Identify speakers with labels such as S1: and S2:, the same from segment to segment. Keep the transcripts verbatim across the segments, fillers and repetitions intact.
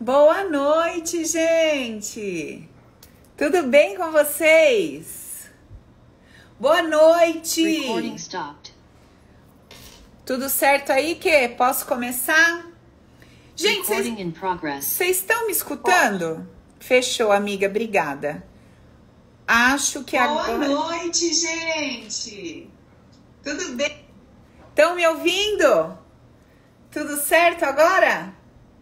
S1: Boa noite, gente! Tudo bem com vocês? Boa noite!
S2: Recording stopped.
S1: Tudo certo aí, que? Posso começar? Gente,
S2: Recording in progress.
S1: vocês estão me escutando? Fechou, amiga, obrigada. Acho que
S3: Boa
S1: agora...
S3: noite, gente! Tudo bem?
S1: Estão me ouvindo? Tudo certo agora?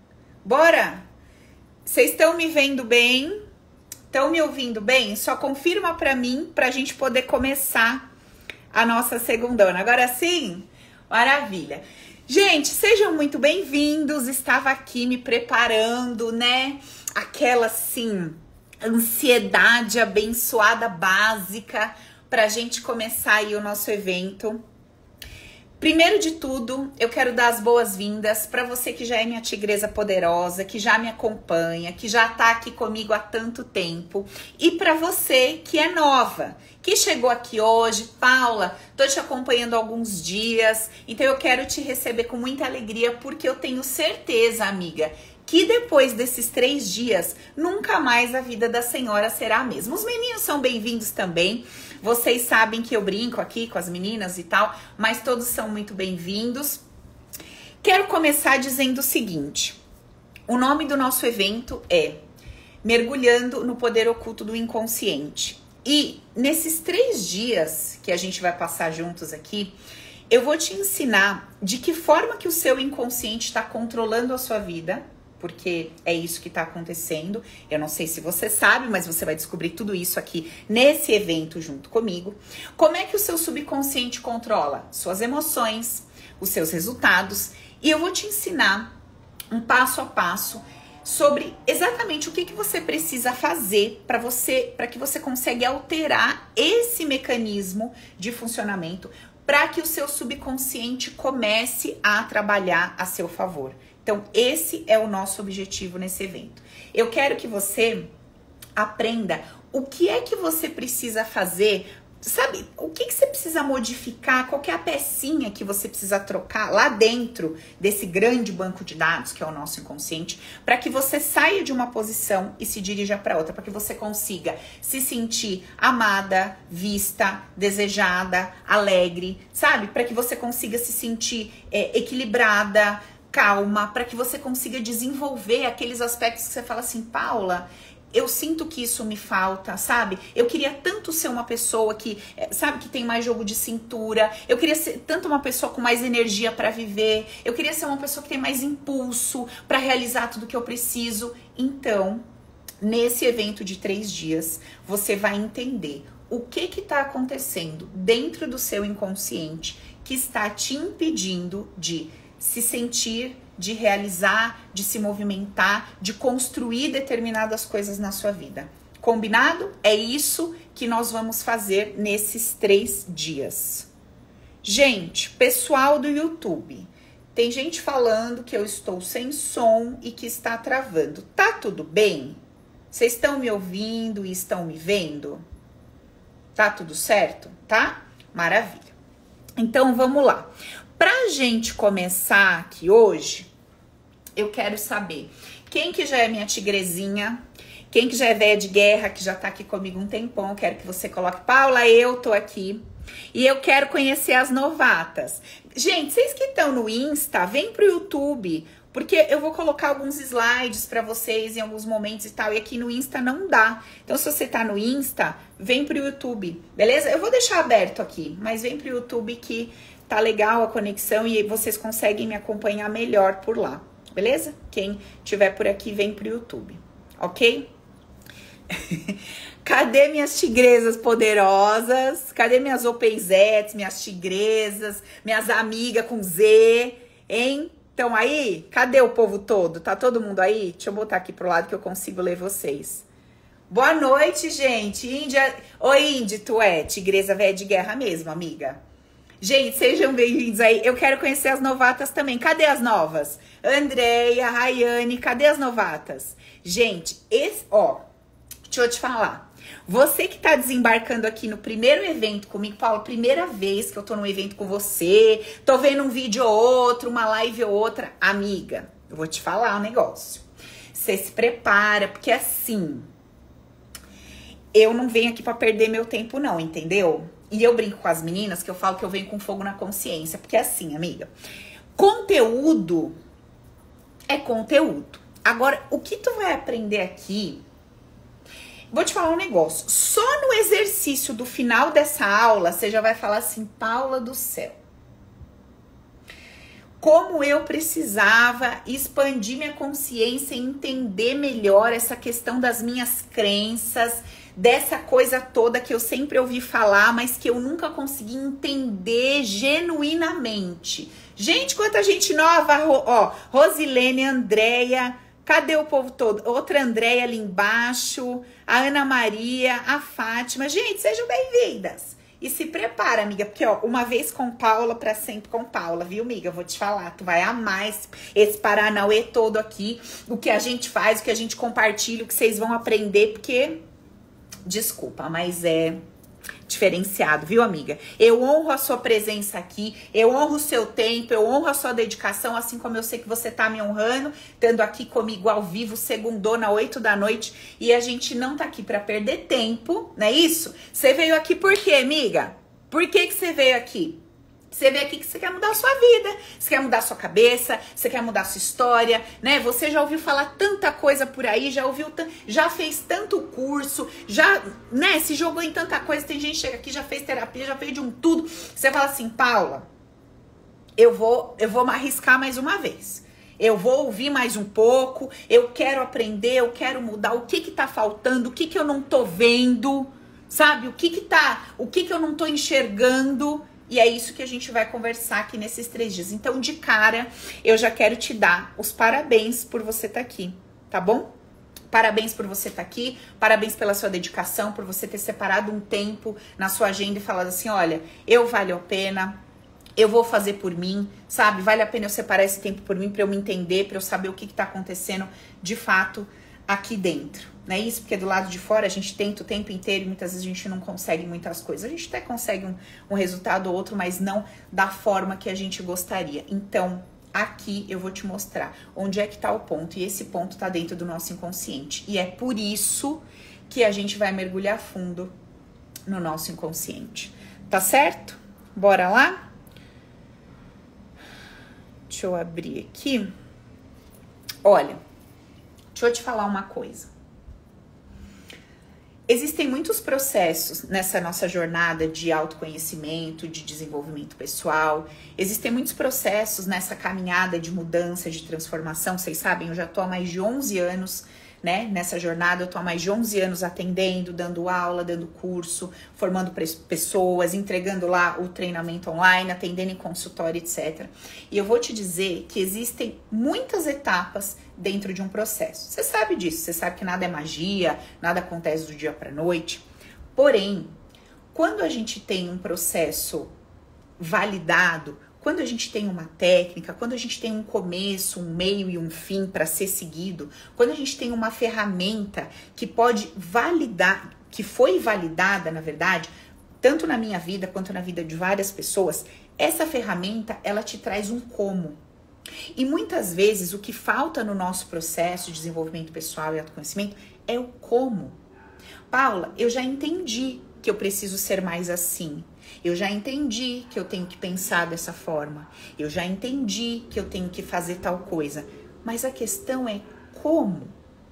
S1: Bora? Vocês estão me vendo bem? Estão me ouvindo bem? Só confirma pra mim, pra gente poder começar a nossa segundona. Agora sim? Maravilha. Gente, sejam muito bem-vindos. Estava aqui me preparando, né? Aquela, assim, ansiedade abençoada básica pra gente começar aí o nosso evento. Primeiro de tudo, eu quero dar as boas-vindas para você que já é minha tigresa poderosa, que já me acompanha, que já tá aqui comigo há tanto tempo. E para você que é nova, que chegou aqui hoje, Paula, tô te acompanhando há alguns dias, então eu quero te receber com muita alegria, porque eu tenho certeza, amiga, que depois desses três dias, nunca mais a vida da senhora será a mesma. Os meninos são bem-vindos também. Vocês sabem que eu brinco aqui com as meninas e tal, mas todos são muito bem-vindos. Quero começar dizendo o seguinte. O nome do nosso evento é Mergulhando no Poder Oculto do Inconsciente. E nesses três dias que a gente vai passar juntos aqui, eu vou te ensinar de que forma que o seu inconsciente está controlando a sua vida, porque é isso que está acontecendo. Eu não sei se você sabe, mas você vai descobrir tudo isso aqui nesse evento junto comigo. Como é que o seu subconsciente controla suas emoções, os seus resultados, e eu vou te ensinar um passo a passo sobre exatamente o que, que você precisa fazer para você, para que você consiga alterar esse mecanismo de funcionamento, para que o seu subconsciente comece a trabalhar a seu favor. Então, esse é o nosso objetivo nesse evento. Eu quero que você aprenda o que é que você precisa fazer, sabe? O que, que você precisa modificar, qual que é a pecinha que você precisa trocar lá dentro desse grande banco de dados que é o nosso inconsciente, para que você saia de uma posição e se dirija para outra, para que você consiga se sentir amada, vista, desejada, alegre, sabe? Para que você consiga se sentir é, equilibrada, calma, para que você consiga desenvolver aqueles aspectos que você fala assim, Paula, eu sinto que isso me falta, sabe? Eu queria tanto ser uma pessoa que, sabe, que tem mais jogo de cintura. Eu queria ser tanto uma pessoa com mais energia para viver. Eu queria ser uma pessoa que tem mais impulso para realizar tudo que eu preciso. Então, nesse evento de três dias, você vai entender o que que tá acontecendo dentro do seu inconsciente que está te impedindo de se sentir, de realizar, de se movimentar, de construir determinadas coisas na sua vida. Combinado? É isso que nós vamos fazer nesses três dias. Gente, pessoal do YouTube, tem gente falando que eu estou sem som e que está travando. Tá tudo bem? Vocês estão me ouvindo e estão me vendo? Tá tudo certo? Tá? Maravilha. Então, vamos lá. Pra gente começar aqui hoje, eu quero saber quem que já é minha tigrezinha, quem que já é véia de guerra, que já tá aqui comigo um tempão. Eu quero que você coloque, Paula, eu tô aqui. E eu quero conhecer as novatas. Gente, vocês que estão no Insta, vem pro YouTube, porque eu vou colocar alguns slides pra vocês em alguns momentos e tal, e aqui no Insta não dá. Então, se você tá no Insta, vem pro YouTube, beleza? Eu vou deixar aberto aqui, mas vem pro YouTube que tá legal a conexão e vocês conseguem me acompanhar melhor por lá, beleza? Quem tiver por aqui, vem pro YouTube, ok? Cadê minhas tigresas poderosas? Cadê minhas openzettes, minhas tigresas, minhas amigas com Z, hein? Estão aí? Cadê o povo todo? Tá todo mundo aí? Deixa eu botar aqui pro lado que eu consigo ler vocês. Boa noite, gente. Índia... Oi, Indy, tu é tigresa velha de guerra mesmo, amiga. Gente, sejam bem-vindos aí. Eu quero conhecer as novatas também. Cadê as novas? Andréia, Rayane, cadê as novatas? Gente, esse, ó, deixa eu te falar. Você que tá desembarcando aqui no primeiro evento comigo, Paula, primeira vez que eu tô num evento com você, tô vendo um vídeo ou outro, uma live ou outra, amiga, eu vou te falar um negócio. Você se prepara, porque assim, eu não venho aqui pra perder meu tempo não, entendeu? E eu brinco com as meninas que eu falo que eu venho com fogo na consciência, porque assim, amiga, conteúdo é conteúdo. Agora, o que tu vai aprender aqui, vou te falar um negócio, só no exercício do final dessa aula, você já vai falar assim, Paula do céu, como eu precisava expandir minha consciência e entender melhor essa questão das minhas crenças, dessa coisa toda que eu sempre ouvi falar, mas que eu nunca consegui entender genuinamente. Gente, quanta gente nova, ó, Rosilene, Andréia, cadê o povo todo? Outra Andréia ali embaixo, a Ana Maria, a Fátima. Gente, sejam bem-vindas. E se prepara, amiga, porque, ó, uma vez com Paula, pra sempre com Paula, viu, amiga? Eu vou te falar, tu vai amar esse, esse Paranauê todo aqui, o que a gente faz, o que a gente compartilha, o que vocês vão aprender, porque, desculpa, mas é diferenciado, viu, amiga? Eu honro a sua presença aqui, eu honro o seu tempo, eu honro a sua dedicação, assim como eu sei que você tá me honrando, estando aqui comigo ao vivo, segundona, oito da noite, e a gente não tá aqui pra perder tempo, não é isso? Você veio aqui por quê, amiga? Por que que você veio aqui? Você veio aqui que você quer mudar a sua vida, você quer mudar a sua cabeça, você quer mudar a sua história, né? Você já ouviu falar tanta coisa por aí, já ouviu, já fez tanto curso, já, né, se jogou em tanta coisa. Tem gente que chega aqui, já fez terapia, já fez de um tudo. Você fala assim, Paula, eu vou, eu vou me arriscar mais uma vez. Eu vou ouvir mais um pouco, eu quero aprender, eu quero mudar. O que que tá faltando, o que que eu não tô vendo, sabe? O que que tá, o que que eu não tô enxergando. E é isso que a gente vai conversar aqui nesses três dias. Então, de cara, eu já quero te dar os parabéns por você estar aqui, tá bom? Parabéns por você estar aqui, parabéns pela sua dedicação, por você ter separado um tempo na sua agenda e falado assim, olha, eu valho a pena, eu vou fazer por mim, sabe? Vale a pena eu separar esse tempo por mim para eu me entender, para eu saber o que está acontecendo de fato aqui dentro. Não é isso? Porque do lado de fora a gente tenta o tempo inteiro e muitas vezes a gente não consegue muitas coisas. A gente até consegue um, um resultado ou outro, mas não da forma que a gente gostaria. Então, aqui eu vou te mostrar onde é que tá o ponto. E esse ponto tá dentro do nosso inconsciente. E é por isso que a gente vai mergulhar fundo no nosso inconsciente. Tá certo? Bora lá? Deixa eu abrir aqui. Olha, deixa eu te falar uma coisa. Existem muitos processos nessa nossa jornada de autoconhecimento, de desenvolvimento pessoal. Existem muitos processos nessa caminhada de mudança, de transformação. Vocês sabem, eu já tô há mais de onze anos, né, nessa jornada. Eu tô há mais de onze anos atendendo, dando aula, dando curso, formando pessoas, entregando lá o treinamento online, atendendo em consultório, etcétera. E eu vou te dizer que existem muitas etapas dentro de um processo. Você sabe disso, você sabe que nada é magia, nada acontece do dia para noite. Porém, quando a gente tem um processo validado, quando a gente tem uma técnica, quando a gente tem um começo, um meio e um fim para ser seguido, quando a gente tem uma ferramenta que pode validar, que foi validada, na verdade, tanto na minha vida quanto na vida de várias pessoas, essa ferramenta, ela te traz um como. E muitas vezes o que falta no nosso processo de desenvolvimento pessoal e autoconhecimento é o como. Paula, eu já entendi que eu preciso ser mais assim. Eu já entendi que eu tenho que pensar dessa forma. Eu já entendi que eu tenho que fazer tal coisa. Mas a questão é como?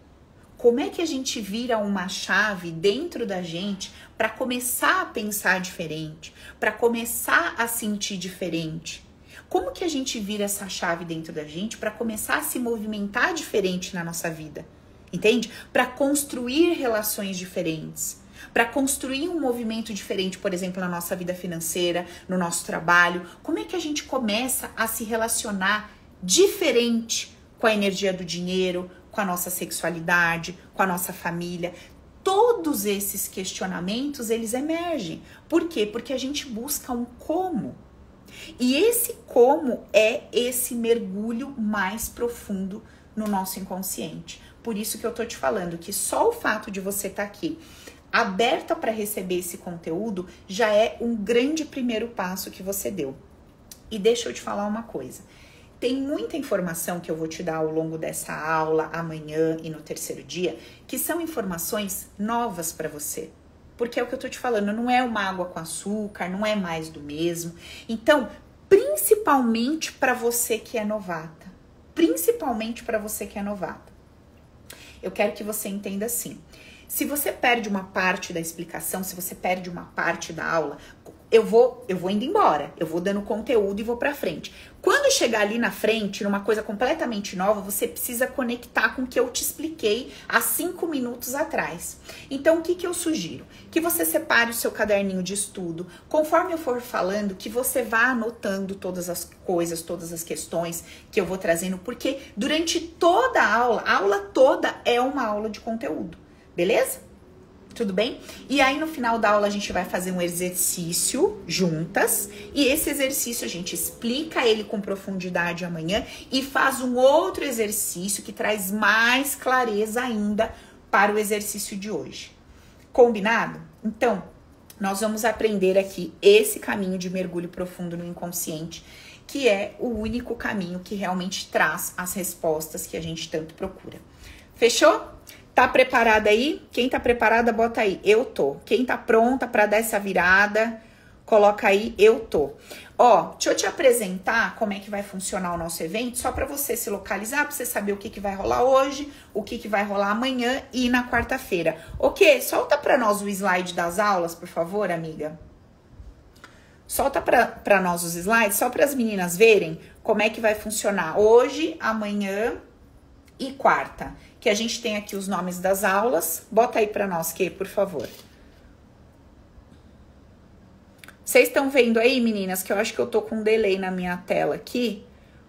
S1: Como é que a gente vira uma chave dentro da gente para começar a pensar diferente, para começar a sentir diferente? Como que a gente vira essa chave dentro da gente para começar a se movimentar diferente na nossa vida? Entende? Para construir relações diferentes, para construir um movimento diferente, por exemplo, na nossa vida financeira, no nosso trabalho. Como é que a gente começa a se relacionar diferente com a energia do dinheiro, com a nossa sexualidade, com a nossa família? Todos esses questionamentos, eles emergem. Por quê? Porque a gente busca um como. E esse como é esse mergulho mais profundo no nosso inconsciente. Por isso que eu tô te falando que só o fato de você estar aqui aberta para receber esse conteúdo já é um grande primeiro passo que você deu. E deixa eu te falar uma coisa. tem muita informação que eu vou te dar ao longo dessa aula, amanhã e no terceiro dia, que são informações novas para você. Porque é o que eu tô te falando, não é uma água com açúcar, não é mais do mesmo. Então, principalmente para você que é novata, principalmente para você que é novata, eu quero que você entenda assim. Se você perde uma parte da explicação, se você perde uma parte da aula, eu vou, eu vou indo embora, eu vou dando conteúdo e vou pra frente. Quando chegar ali na frente, numa coisa completamente nova, você precisa conectar com o que eu te expliquei há cinco minutos atrás. Então, o que que eu sugiro? Que você separe o seu caderninho de estudo, conforme eu for falando, que você vá anotando todas as coisas, todas as questões que eu vou trazendo, porque durante toda a aula, a aula toda é uma aula de conteúdo, beleza? Tudo bem? E aí no final da aula a gente vai fazer um exercício juntas e esse exercício a gente explica ele com profundidade amanhã e faz um outro exercício que traz mais clareza ainda para o exercício de hoje. Combinado? Então, nós vamos aprender aqui esse caminho de mergulho profundo no inconsciente, que é o único caminho que realmente traz as respostas que a gente tanto procura. Fechou? Tá preparada aí? Quem tá preparada, bota aí, eu tô. Quem tá pronta pra dar essa virada, coloca aí, eu tô. Ó, deixa eu te apresentar como é que vai funcionar o nosso evento, só pra você se localizar, pra você saber o que que vai rolar hoje, o que que vai rolar amanhã e na quarta-feira. Ok? Solta pra nós o slide das aulas, por favor, amiga. Solta pra, pra nós os slides, só para as meninas verem como é que vai funcionar hoje, amanhã e quarta. Que a gente tem aqui os nomes das aulas. Bota aí pra nós, Kê, por favor. Vocês estão vendo aí, meninas, que eu acho que eu tô com um delay na minha tela aqui.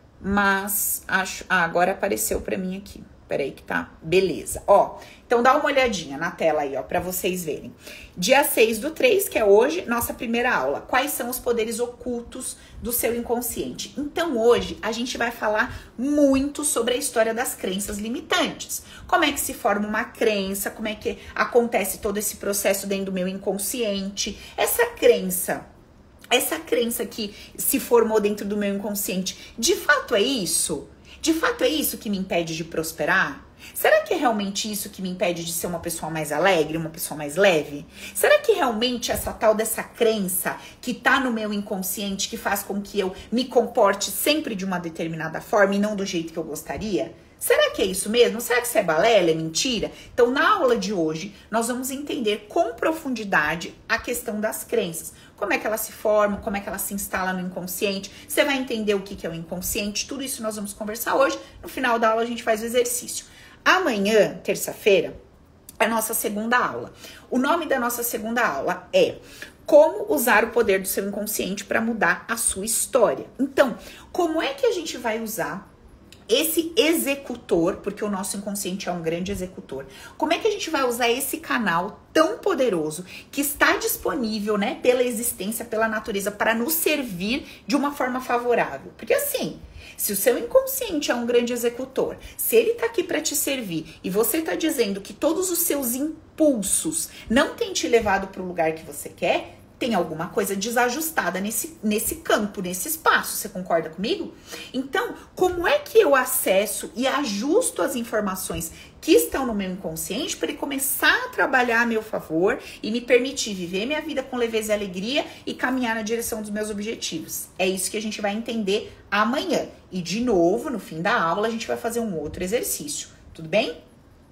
S1: Mas, acho... Ah, agora apareceu pra mim aqui. Peraí que tá... Beleza. Ó, então dá uma olhadinha na tela aí, ó, pra vocês verem. Dia seis do três, que é hoje, nossa primeira aula. Quais são os poderes ocultos do seu inconsciente? Então, hoje, a gente vai falar muito sobre a história das crenças limitantes. Como é que se forma uma crença, como é que acontece todo esse processo dentro do meu inconsciente. Essa crença... Essa crença que se formou dentro do meu inconsciente, de fato é isso? De fato é isso que me impede de prosperar? Será que é realmente isso que me impede de ser uma pessoa mais alegre, uma pessoa mais leve? Será que realmente essa tal dessa crença que tá no meu inconsciente, que faz com que eu me comporte sempre de uma determinada forma e não do jeito que eu gostaria? Será que é isso mesmo? Será que isso é balela, é mentira? Então, na aula de hoje, nós vamos entender com profundidade a questão das crenças. Como é que elas se formam, como é que elas se instalam no inconsciente. Você vai entender o que é o inconsciente. Tudo isso nós vamos conversar hoje. No final da aula, a gente faz o exercício. Amanhã, terça-feira, é a nossa segunda aula. O nome da nossa segunda aula é Como usar o poder do seu inconsciente para mudar a sua história. Então, como é que a gente vai usar esse executor, porque o nosso inconsciente é um grande executor. Como é que a gente vai usar esse canal tão poderoso que está disponível, né, pela existência, pela natureza, para nos servir de uma forma favorável? Porque assim, se o seu inconsciente é um grande executor, se ele tá aqui para te servir e você tá dizendo que todos os seus impulsos não têm te levado para o lugar que você quer, tem alguma coisa desajustada nesse, nesse campo, nesse espaço. Você concorda comigo? Então, como é que eu acesso e ajusto as informações que estão no meu inconsciente para ele começar a trabalhar a meu favor e me permitir viver minha vida com leveza e alegria e caminhar na direção dos meus objetivos? É isso que a gente vai entender amanhã. E, de novo, no fim da aula, a gente vai fazer um outro exercício. Tudo bem?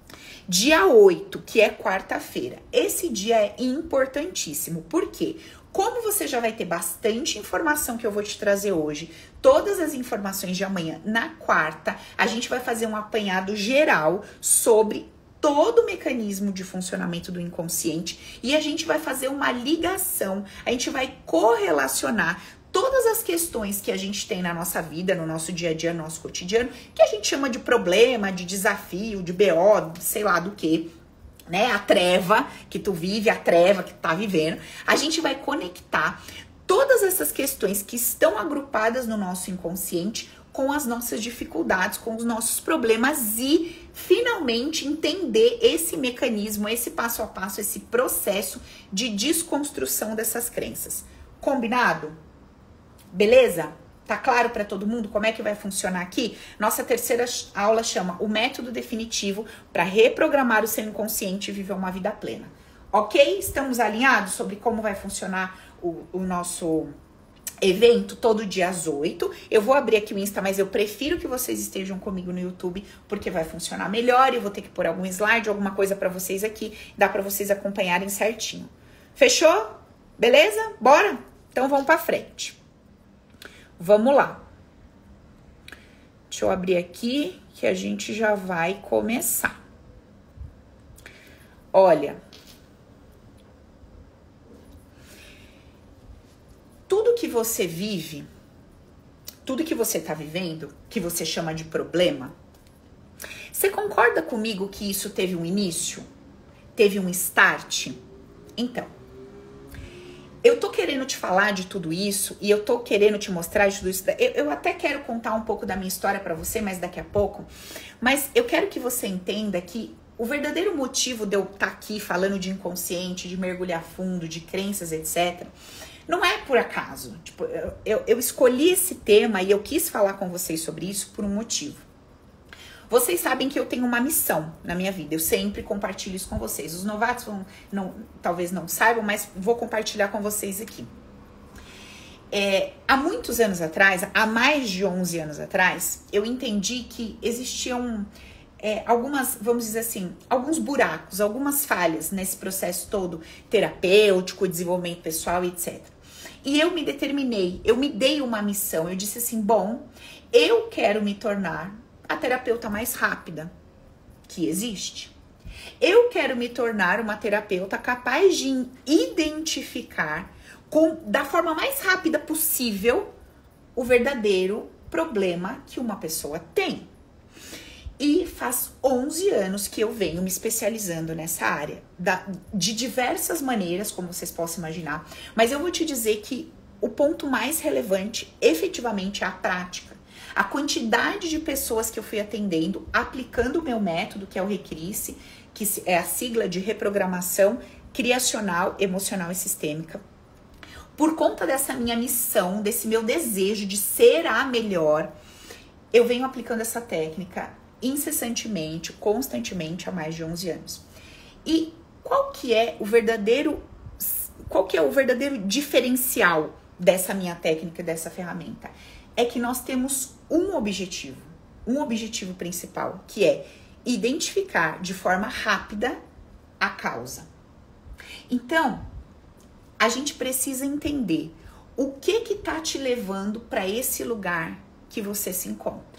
S1: Dia oito, que é quarta-feira. Esse dia é importantíssimo. Por quê? Como você já vai ter bastante informação que eu vou te trazer hoje, todas as informações de amanhã, na quarta, a gente vai fazer um apanhado geral sobre todo o mecanismo de funcionamento do inconsciente e a gente vai fazer uma ligação, a gente vai correlacionar todas as questões que a gente tem na nossa vida, no nosso dia a dia, no nosso cotidiano, que a gente chama de problema, de desafio, de B O, sei lá do que, né? A treva que tu vive, a treva que tu tá vivendo. A gente vai conectar todas essas questões que estão agrupadas no nosso inconsciente com as nossas dificuldades, com os nossos problemas e finalmente entender esse mecanismo, esse passo a passo, esse processo de desconstrução dessas crenças. Combinado? Beleza? Tá claro para todo mundo como é que vai funcionar aqui? Nossa terceira aula chama o método definitivo para reprogramar o seu inconsciente e viver uma vida plena. Ok? Estamos alinhados sobre como vai funcionar o, o nosso evento todo dia às oito. Eu vou abrir aqui o Insta, mas eu prefiro que vocês estejam comigo no YouTube, porque vai funcionar melhor. Eu vou ter que pôr algum slide, alguma coisa para vocês aqui. Dá para vocês acompanharem certinho. Fechou? Beleza? Bora? Então vamos para frente. Vamos lá. Deixa eu abrir aqui que a gente já vai começar. Olha. Tudo que você vive, tudo que você tá vivendo, que você chama de problema, você concorda comigo que isso teve um início? Teve um start? Então, eu tô querendo te falar de tudo isso e eu tô querendo te mostrar de tudo isso. Eu, eu até quero contar um pouco da minha história pra você, mas daqui a pouco. Mas eu quero que você entenda que o verdadeiro motivo de eu estar aqui falando de inconsciente, de mergulhar fundo, de crenças, etcétera, não é por acaso. Tipo, eu, eu, eu escolhi esse tema e eu quis falar com vocês sobre isso por um motivo. Vocês sabem que eu tenho uma missão na minha vida. Eu sempre compartilho isso com vocês. Os novatos vão, não, talvez não saibam, mas vou compartilhar com vocês aqui. É, há muitos anos atrás, há mais de onze anos atrás, eu entendi que existiam é, algumas, vamos dizer assim, alguns buracos, algumas falhas nesse processo todo terapêutico, desenvolvimento pessoal, etcétera. E eu me determinei, eu me dei uma missão. Eu disse assim, bom, eu quero me tornar a terapeuta mais rápida que existe. Eu quero me tornar uma terapeuta capaz de identificar com, da forma mais rápida possível o verdadeiro problema que uma pessoa tem. E faz onze anos que eu venho me especializando nessa área, da, de diversas maneiras, como vocês possam imaginar. Mas eu vou te dizer que o ponto mais relevante, efetivamente, é a prática. A quantidade de pessoas que eu fui atendendo, aplicando o meu método, que é o RECRISE, que é a sigla de reprogramação criacional, emocional e sistêmica. Por conta dessa minha missão, desse meu desejo de ser a melhor, eu venho aplicando essa técnica incessantemente, constantemente, há mais de onze anos. E qual que é o verdadeiro, qual que é o verdadeiro diferencial dessa minha técnica, dessa ferramenta? É que nós temos um objetivo, um objetivo principal, que é identificar de forma rápida a causa. Então, a gente precisa entender o que que tá te levando para esse lugar que você se encontra.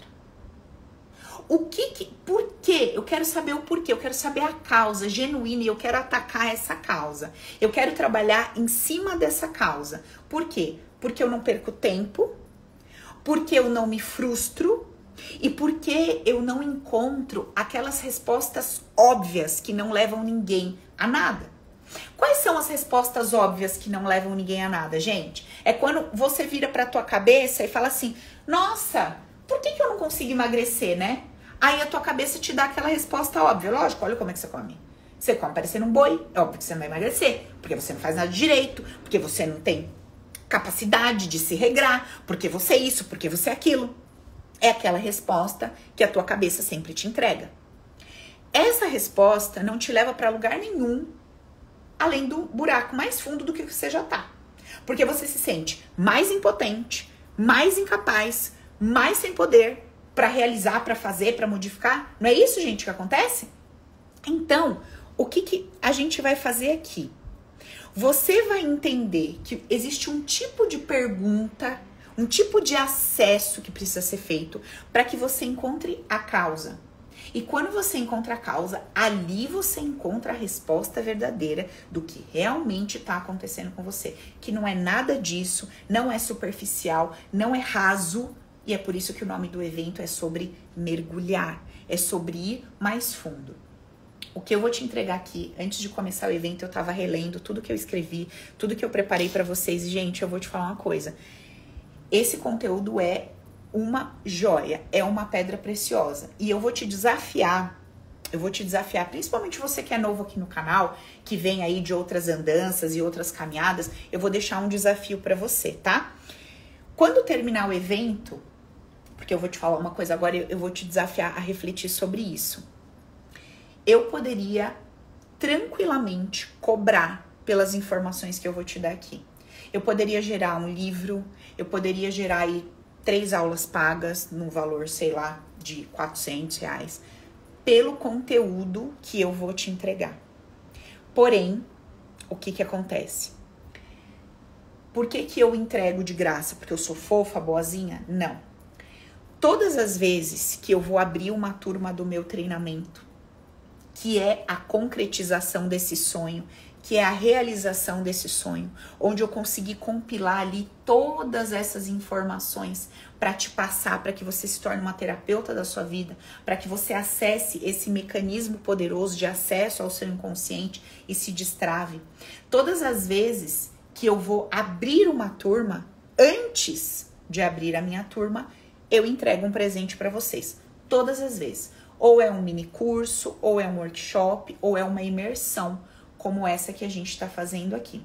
S1: O que que, por quê? Eu quero saber o porquê, eu quero saber a causa genuína e eu quero atacar essa causa. Eu quero trabalhar em cima dessa causa. Por quê? Porque eu não perco tempo, porque eu não me frustro e porque eu não encontro aquelas respostas óbvias que não levam ninguém a nada. Quais são as respostas óbvias que não levam ninguém a nada, gente? É quando você vira pra tua cabeça e fala assim, nossa, por que que eu não consigo emagrecer, né? Aí a tua cabeça te dá aquela resposta óbvia. Lógico, olha como é que você come. Você come parecendo um boi, é óbvio que você não vai emagrecer, porque você não faz nada direito, porque você não tem capacidade de se regrar, porque você é isso, porque você é aquilo. É aquela resposta que a tua cabeça sempre te entrega. Essa resposta não te leva para lugar nenhum, além do buraco mais fundo do que você já tá. Porque você se sente mais impotente, mais incapaz, mais sem poder para realizar, para fazer, para modificar. Não é isso, gente, que acontece? Então, o que, que a gente vai fazer aqui? Você vai entender que existe um tipo de pergunta, um tipo de acesso que precisa ser feito para que você encontre a causa. E quando você encontra a causa, ali você encontra a resposta verdadeira do que realmente está acontecendo com você. Que não é nada disso, não é superficial, não é raso. E é por isso que o nome do evento é sobre mergulhar, é sobre ir mais fundo. O que eu vou te entregar aqui, antes de começar o evento, eu tava relendo tudo que eu escrevi, tudo que eu preparei pra vocês. E, gente, eu vou te falar uma coisa. Esse conteúdo é uma joia, é uma pedra preciosa. E eu vou te desafiar, eu vou te desafiar, principalmente você que é novo aqui no canal, que vem aí de outras andanças e outras caminhadas, eu vou deixar um desafio pra você, tá? Quando terminar o evento, porque eu vou te falar uma coisa agora, eu, eu vou te desafiar a refletir sobre isso. Eu poderia tranquilamente cobrar pelas informações que eu vou te dar aqui. Eu poderia gerar um livro, eu poderia gerar aí três aulas pagas no valor, sei lá, de quatrocentos reais, pelo conteúdo que eu vou te entregar. Porém, o que que acontece? Por que que eu entrego de graça? Porque eu sou fofa, boazinha? Não. Todas as vezes que eu vou abrir uma turma do meu treinamento, que é a concretização desse sonho, que é a realização desse sonho, onde eu consegui compilar ali todas essas informações para te passar, para que você se torne uma terapeuta da sua vida, para que você acesse esse mecanismo poderoso de acesso ao seu inconsciente e se destrave. Todas as vezes que eu vou abrir uma turma, antes de abrir a minha turma, eu entrego um presente para vocês. Todas as vezes. Ou é um mini curso, ou é um workshop, ou é uma imersão, como essa que a gente está fazendo aqui.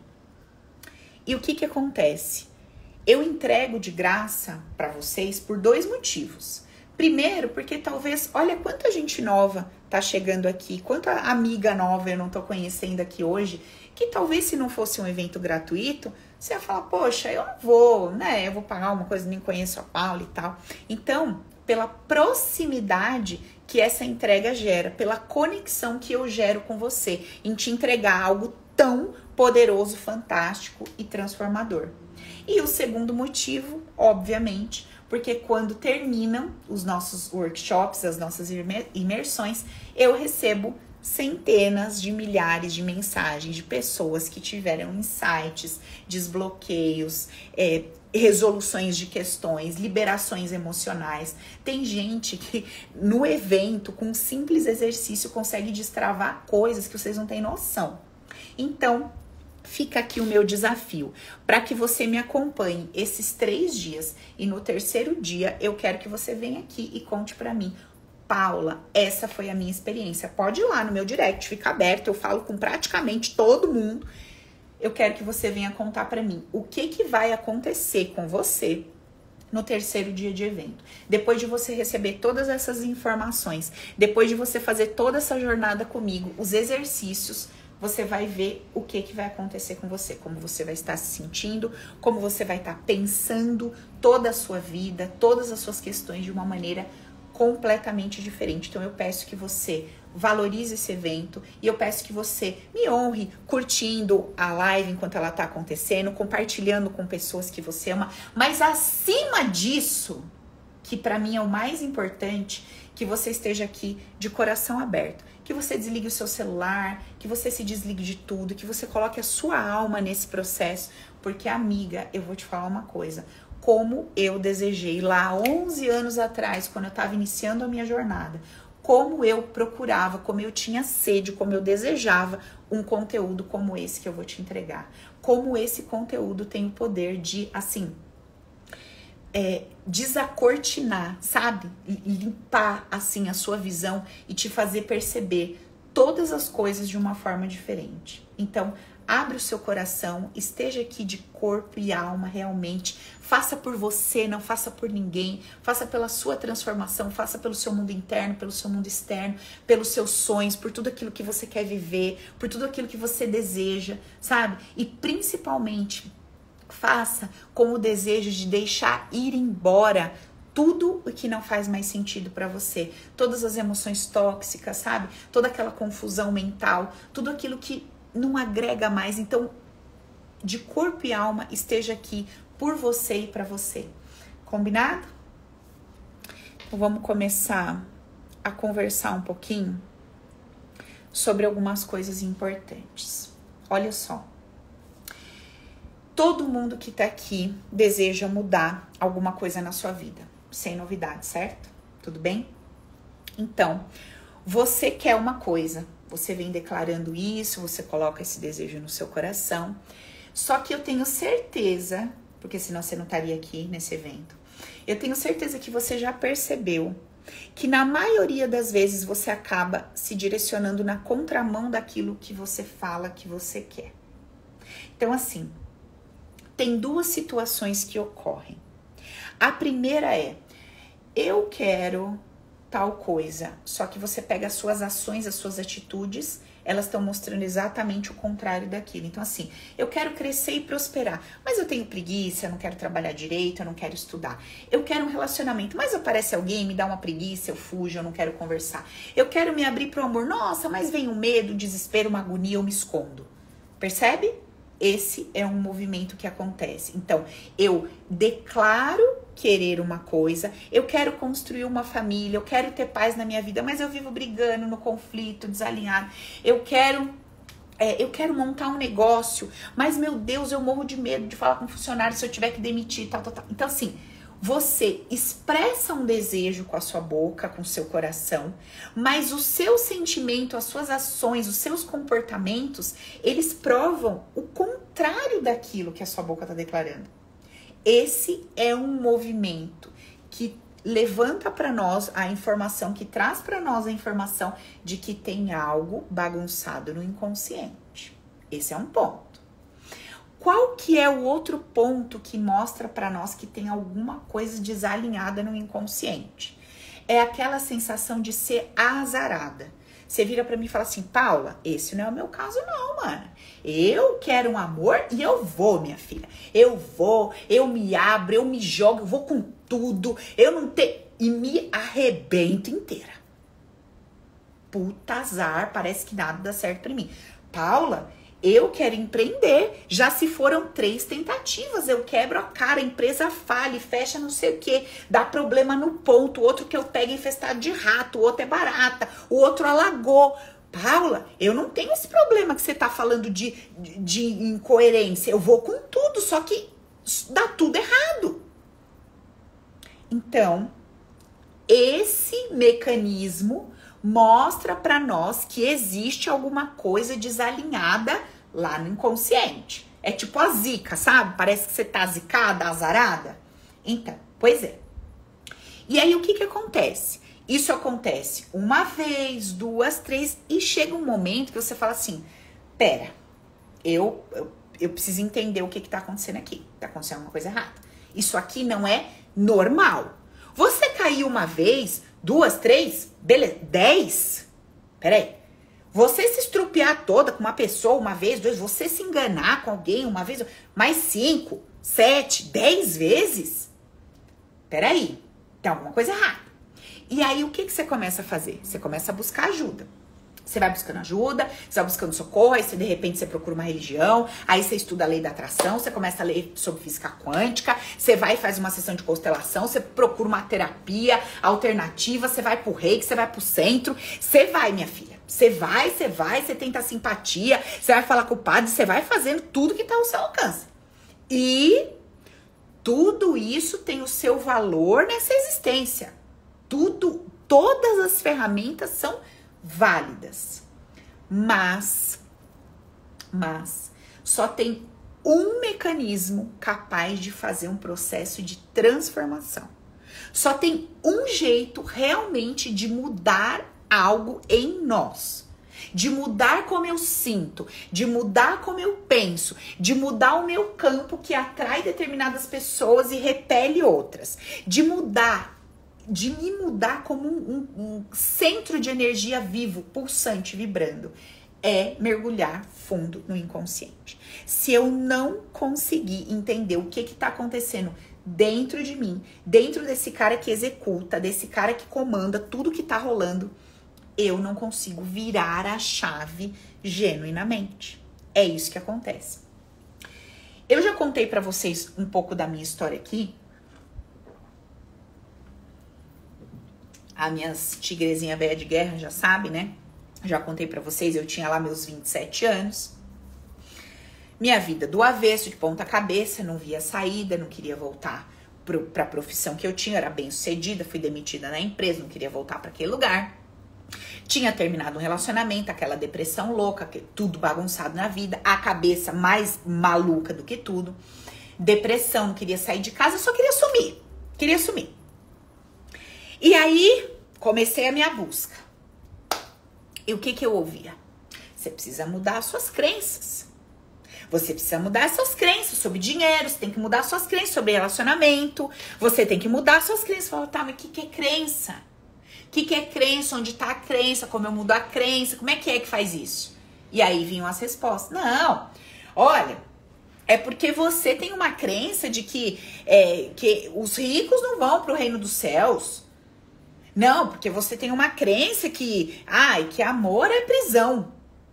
S1: E o que que acontece? Eu entrego de graça para vocês por dois motivos. Primeiro, porque talvez, olha quanta gente nova tá chegando aqui, quanta amiga nova eu não tô conhecendo aqui hoje, que talvez se não fosse um evento gratuito, você ia falar, poxa, eu não vou, né? Eu vou pagar uma coisa, nem conheço a Paula e tal. Então, pela proximidade que essa entrega gera, pela conexão que eu gero com você, em te entregar algo tão poderoso, fantástico e transformador. E o segundo motivo, obviamente, porque quando terminam os nossos workshops, as nossas imersões, eu recebo centenas de milhares de mensagens de pessoas que tiveram insights, desbloqueios, é, resoluções de questões, liberações emocionais. Tem gente que no evento, com um simples exercício, consegue destravar coisas que vocês não têm noção. Então, fica aqui o meu desafio, para que você me acompanhe esses três dias e no terceiro dia eu quero que você venha aqui e conte para mim, Paula, essa foi a minha experiência. Pode ir lá no meu direct, fica aberto, eu falo com praticamente todo mundo. Eu quero que você venha contar para mim o que que vai acontecer com você no terceiro dia de evento. Depois de você receber todas essas informações, depois de você fazer toda essa jornada comigo, os exercícios, você vai ver o que que vai acontecer com você, como você vai estar se sentindo, como você vai estar pensando toda a sua vida, todas as suas questões de uma maneira completamente diferente. Então eu peço que você valorize esse evento e eu peço que você me honre curtindo a live enquanto ela está acontecendo, compartilhando com pessoas que você ama, mas acima disso, que para mim é o mais importante, que você esteja aqui de coração aberto, que você desligue o seu celular, que você se desligue de tudo, que você coloque a sua alma nesse processo, porque amiga, eu vou te falar uma coisa, como eu desejei lá onze anos atrás, quando eu estava iniciando a minha jornada, como eu procurava, como eu tinha sede, como eu desejava um conteúdo como esse que eu vou te entregar. Como esse conteúdo tem o poder de, assim, é, desacortinar, sabe? Limpar, assim, a sua visão e te fazer perceber todas as coisas de uma forma diferente. Então, abre o seu coração, esteja aqui de corpo e alma realmente, faça por você, não faça por ninguém, faça pela sua transformação, faça pelo seu mundo interno, pelo seu mundo externo, pelos seus sonhos, por tudo aquilo que você quer viver, por tudo aquilo que você deseja, sabe? E principalmente, faça com o desejo de deixar ir embora tudo o que não faz mais sentido para você, todas as emoções tóxicas, sabe? Toda aquela confusão mental, tudo aquilo que não agrega mais. Então, de corpo e alma, esteja aqui por você e para você. Combinado? Então, vamos começar a conversar um pouquinho sobre algumas coisas importantes. Olha só. Todo mundo que tá aqui deseja mudar alguma coisa na sua vida. Sem novidade, certo? Tudo bem? Então, você quer uma coisa. Você vem declarando isso, você coloca esse desejo no seu coração. Só que eu tenho certeza, porque senão você não estaria aqui nesse evento, eu tenho certeza que você já percebeu que na maioria das vezes você acaba se direcionando na contramão daquilo que você fala que você quer. Então, assim, tem duas situações que ocorrem. A primeira é, eu quero tal coisa, só que você pega as suas ações, as suas atitudes, elas estão mostrando exatamente o contrário daquilo. Então, assim, eu quero crescer e prosperar, mas eu tenho preguiça, eu não quero trabalhar direito, eu não quero estudar. Eu quero um relacionamento, mas aparece alguém, me dá uma preguiça, eu fujo, eu não quero conversar. Eu quero me abrir pro amor, nossa, mas vem o medo, o desespero, uma agonia, eu me escondo. Percebe? Esse é um movimento que acontece. Então, eu declaro querer uma coisa, eu quero construir uma família, eu quero ter paz na minha vida, mas eu vivo brigando no conflito, desalinhado. Eu quero, é, eu quero montar um negócio, mas, meu Deus, eu morro de medo de falar com um funcionário se eu tiver que demitir, tal, tal, tal. Então, assim, você expressa um desejo com a sua boca, com o seu coração, mas o seu sentimento, as suas ações, os seus comportamentos, eles provam o contrário daquilo que a sua boca está declarando. Esse é um movimento que levanta para nós a informação, que traz para nós a informação de que tem algo bagunçado no inconsciente. Esse é um ponto. Qual que é o outro ponto que mostra para nós que tem alguma coisa desalinhada no inconsciente? É aquela sensação de ser azarada. Você vira para mim e fala assim, Paula, esse não é o meu caso não, mano. Eu quero um amor e eu vou, minha filha. Eu vou, eu me abro, eu me jogo, eu vou com tudo. Eu não tenho... E me arrebento inteira. Puta azar, parece que nada dá certo pra mim. Paula, eu quero empreender. Já se foram três tentativas, eu quebro a cara, a empresa falha, fecha não sei o que, dá problema no ponto, o outro que eu pego infestado de rato, o outro é barata, o outro alagou. Paula, eu não tenho esse problema que você tá falando de, de, de incoerência. Eu vou com tudo, só que dá tudo errado. Então, esse mecanismo mostra para nós que existe alguma coisa desalinhada lá no inconsciente. É tipo a zica, sabe? Parece que você tá zicada, azarada. Então, pois é. E aí, o que que acontece? Isso acontece uma vez, duas, três, e chega um momento que você fala assim, pera, eu, eu, eu preciso entender o que que tá acontecendo aqui. Tá acontecendo alguma coisa errada. Isso aqui não é normal. Você caiu uma vez, duas, três, beleza, dez? Peraí. Você se estrupiar toda com uma pessoa uma vez, duas, você se enganar com alguém uma vez, mais cinco, sete, dez vezes? Peraí, tem alguma coisa errada. E aí, o que que você começa a fazer? Você começa a buscar ajuda. Você vai buscando ajuda, você vai buscando socorro, aí você, de repente você procura uma religião, aí você estuda a lei da atração, você começa a ler sobre física quântica, você vai e faz uma sessão de constelação, você procura uma terapia alternativa, você vai pro reiki, você vai pro centro, você vai, minha filha. Você vai, você vai, você tenta simpatia, você vai falar com o padre, você vai fazendo tudo que tá ao seu alcance. E tudo isso tem o seu valor nessa existência. Tudo, todas as ferramentas são válidas, mas, mas só tem um mecanismo capaz de fazer um processo de transformação. Só tem um jeito realmente de mudar algo em nós, de mudar como eu sinto, de mudar como eu penso, de mudar o meu campo que atrai determinadas pessoas e repele outras, de mudar de me mudar como um, um, um centro de energia vivo, pulsante, vibrando, é mergulhar fundo no inconsciente. Se eu não conseguir entender o que que tá acontecendo dentro de mim, dentro desse cara que executa, desse cara que comanda tudo que tá rolando, eu não consigo virar a chave genuinamente. É isso que acontece. Eu já contei pra vocês um pouco da minha história aqui. As minhas tigrezinhas velha de guerra já sabe, né? Já contei pra vocês, eu tinha lá meus vinte e sete anos. Minha vida do avesso, de ponta cabeça, não via saída, não queria voltar pro, pra profissão que eu tinha, eu era bem sucedida, fui demitida na empresa, não queria voltar pra aquele lugar. Tinha terminado um relacionamento, aquela depressão louca, tudo bagunçado na vida, a cabeça mais maluca do que tudo. Depressão, não queria sair de casa, só queria sumir, queria sumir. E aí, comecei a minha busca. E o que que eu ouvia? Você precisa mudar as suas crenças. Você precisa mudar suas crenças sobre dinheiro, você tem que mudar suas crenças sobre relacionamento, você tem que mudar suas crenças. Fala, tá, mas o que, que é crença? O que, que é crença? Onde tá a crença? Como eu mudo a crença? Como é que é que faz isso? E aí vinham as respostas. Não, olha, é porque você tem uma crença de que, é, que os ricos não vão pro reino dos céus. Não, porque você tem uma crença que, ai, que amor é prisão.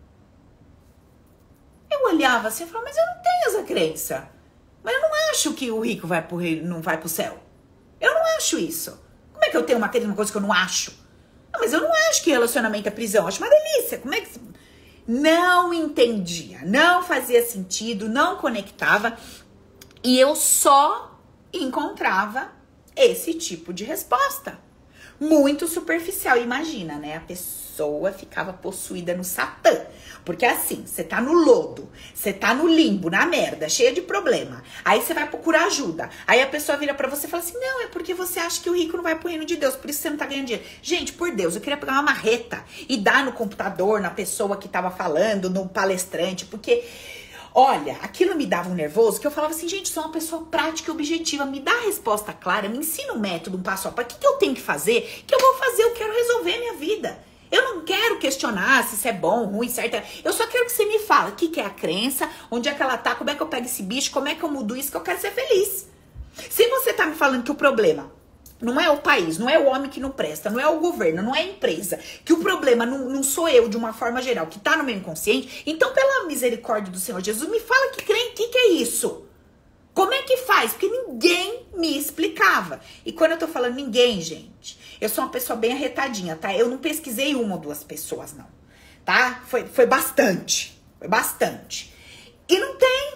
S1: Eu olhava assim e falava, mas eu não tenho essa crença. Mas eu não acho que o rico vai pro reino, não vai pro céu. Eu não acho isso. Como é que eu tenho uma crença, uma coisa que eu não acho? Não, mas eu não acho que relacionamento é prisão. Eu acho uma delícia. Como é que... Não entendia, não fazia sentido, não conectava. E eu só encontrava esse tipo de resposta. Muito superficial, imagina, né? A pessoa ficava possuída no Satã. Porque assim, você tá no lodo, você tá no limbo, na merda, cheia de problema. Aí você vai procurar ajuda. Aí a pessoa vira pra você e fala assim, não, é porque você acha que o rico não vai pro reino de Deus, por isso você não tá ganhando dinheiro. Gente, por Deus, eu queria pegar uma marreta e dar no computador, na pessoa que tava falando, no palestrante, porque... Olha, aquilo me dava um nervoso que eu falava assim, gente, sou uma pessoa prática e objetiva, me dá a resposta clara, me ensina um método, um passo a passo, o que, que eu tenho que fazer? Que eu vou fazer, eu quero resolver a minha vida. Eu não quero questionar se isso é bom, ruim, certo. Eu só quero que você me fale o que, que é a crença, onde é que ela tá, como é que eu pego esse bicho, como é que eu mudo isso, que eu quero ser feliz. Se você tá me falando que o problema não é o país, não é o homem que não presta, não é o governo, não é a empresa, que o problema não, não sou eu de uma forma geral, que tá no meu inconsciente, então pela misericórdia do Senhor Jesus, me fala que crê, que que é isso? Como é que faz? Porque ninguém me explicava. E quando eu tô falando ninguém, gente, eu sou uma pessoa bem arretadinha, tá? Eu não pesquisei uma ou duas pessoas, não, tá? Foi, foi bastante, foi bastante. E não tem,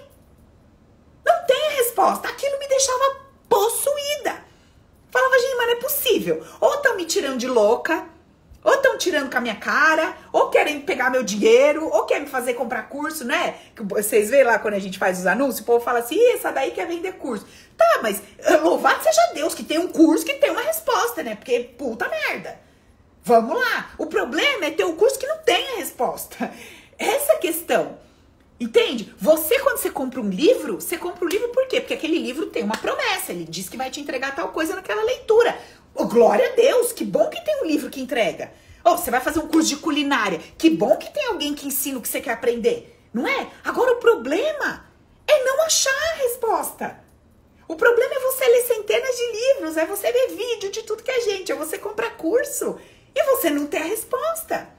S1: não tem a resposta. Aquilo me deixava possuída. Falava, gente, mas não é possível. Ou estão me tirando de louca, ou estão tirando com a minha cara, ou querem pegar meu dinheiro, ou querem me fazer comprar curso, né? Que vocês veem lá quando a gente faz os anúncios, o povo fala assim, ih, essa daí quer vender curso. Tá, mas louvado seja Deus que tem um curso que tem uma resposta, né? Porque puta merda. Vamos lá. O problema é ter um curso que não tem a resposta. Essa é a questão. Entende? Você, quando você compra um livro, você compra um livro por quê? Porque aquele livro tem uma promessa, ele diz que vai te entregar tal coisa naquela leitura. Oh, glória a Deus, que bom que tem um livro que entrega. Oh, você vai fazer um curso de culinária, que bom que tem alguém que ensina o que você quer aprender, não é? Agora o problema é não achar a resposta. O problema é você ler centenas de livros, é você ver vídeo de tudo que é gente, é você comprar curso e você não ter a resposta.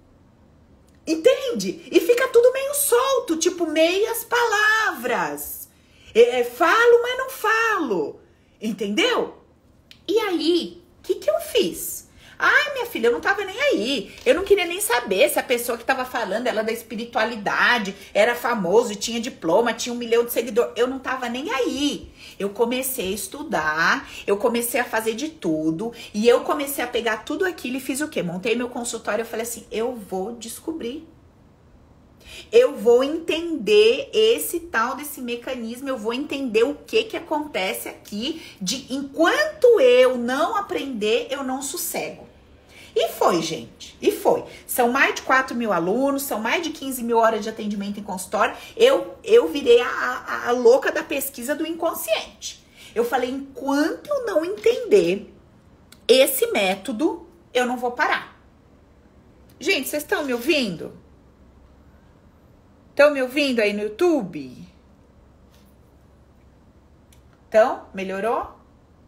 S1: Entende? E fica tudo meio solto, tipo meias palavras. É, é, falo, mas não falo. Entendeu? E aí, o que, que eu fiz? Ai, minha filha, eu não tava nem aí. Eu não queria nem saber se a pessoa que tava falando, ela da espiritualidade, era famoso, tinha diploma, tinha um milhão de seguidores. Eu não tava nem aí. Eu comecei a estudar, eu comecei a fazer de tudo, e eu comecei a pegar tudo aquilo e fiz o quê? Montei meu consultório, eu falei assim, eu vou descobrir. Eu vou entender esse tal desse mecanismo, eu vou entender o que que acontece aqui, de enquanto eu não aprender, eu não sossego. E foi, gente, e foi. São mais de quatro mil alunos, são mais de quinze mil horas de atendimento em consultório. Eu, eu virei a, a, a louca da pesquisa do inconsciente. Eu falei, enquanto não entender esse método, eu não vou parar. Gente, vocês estão me ouvindo? Estão me ouvindo aí no YouTube? Então, melhorou?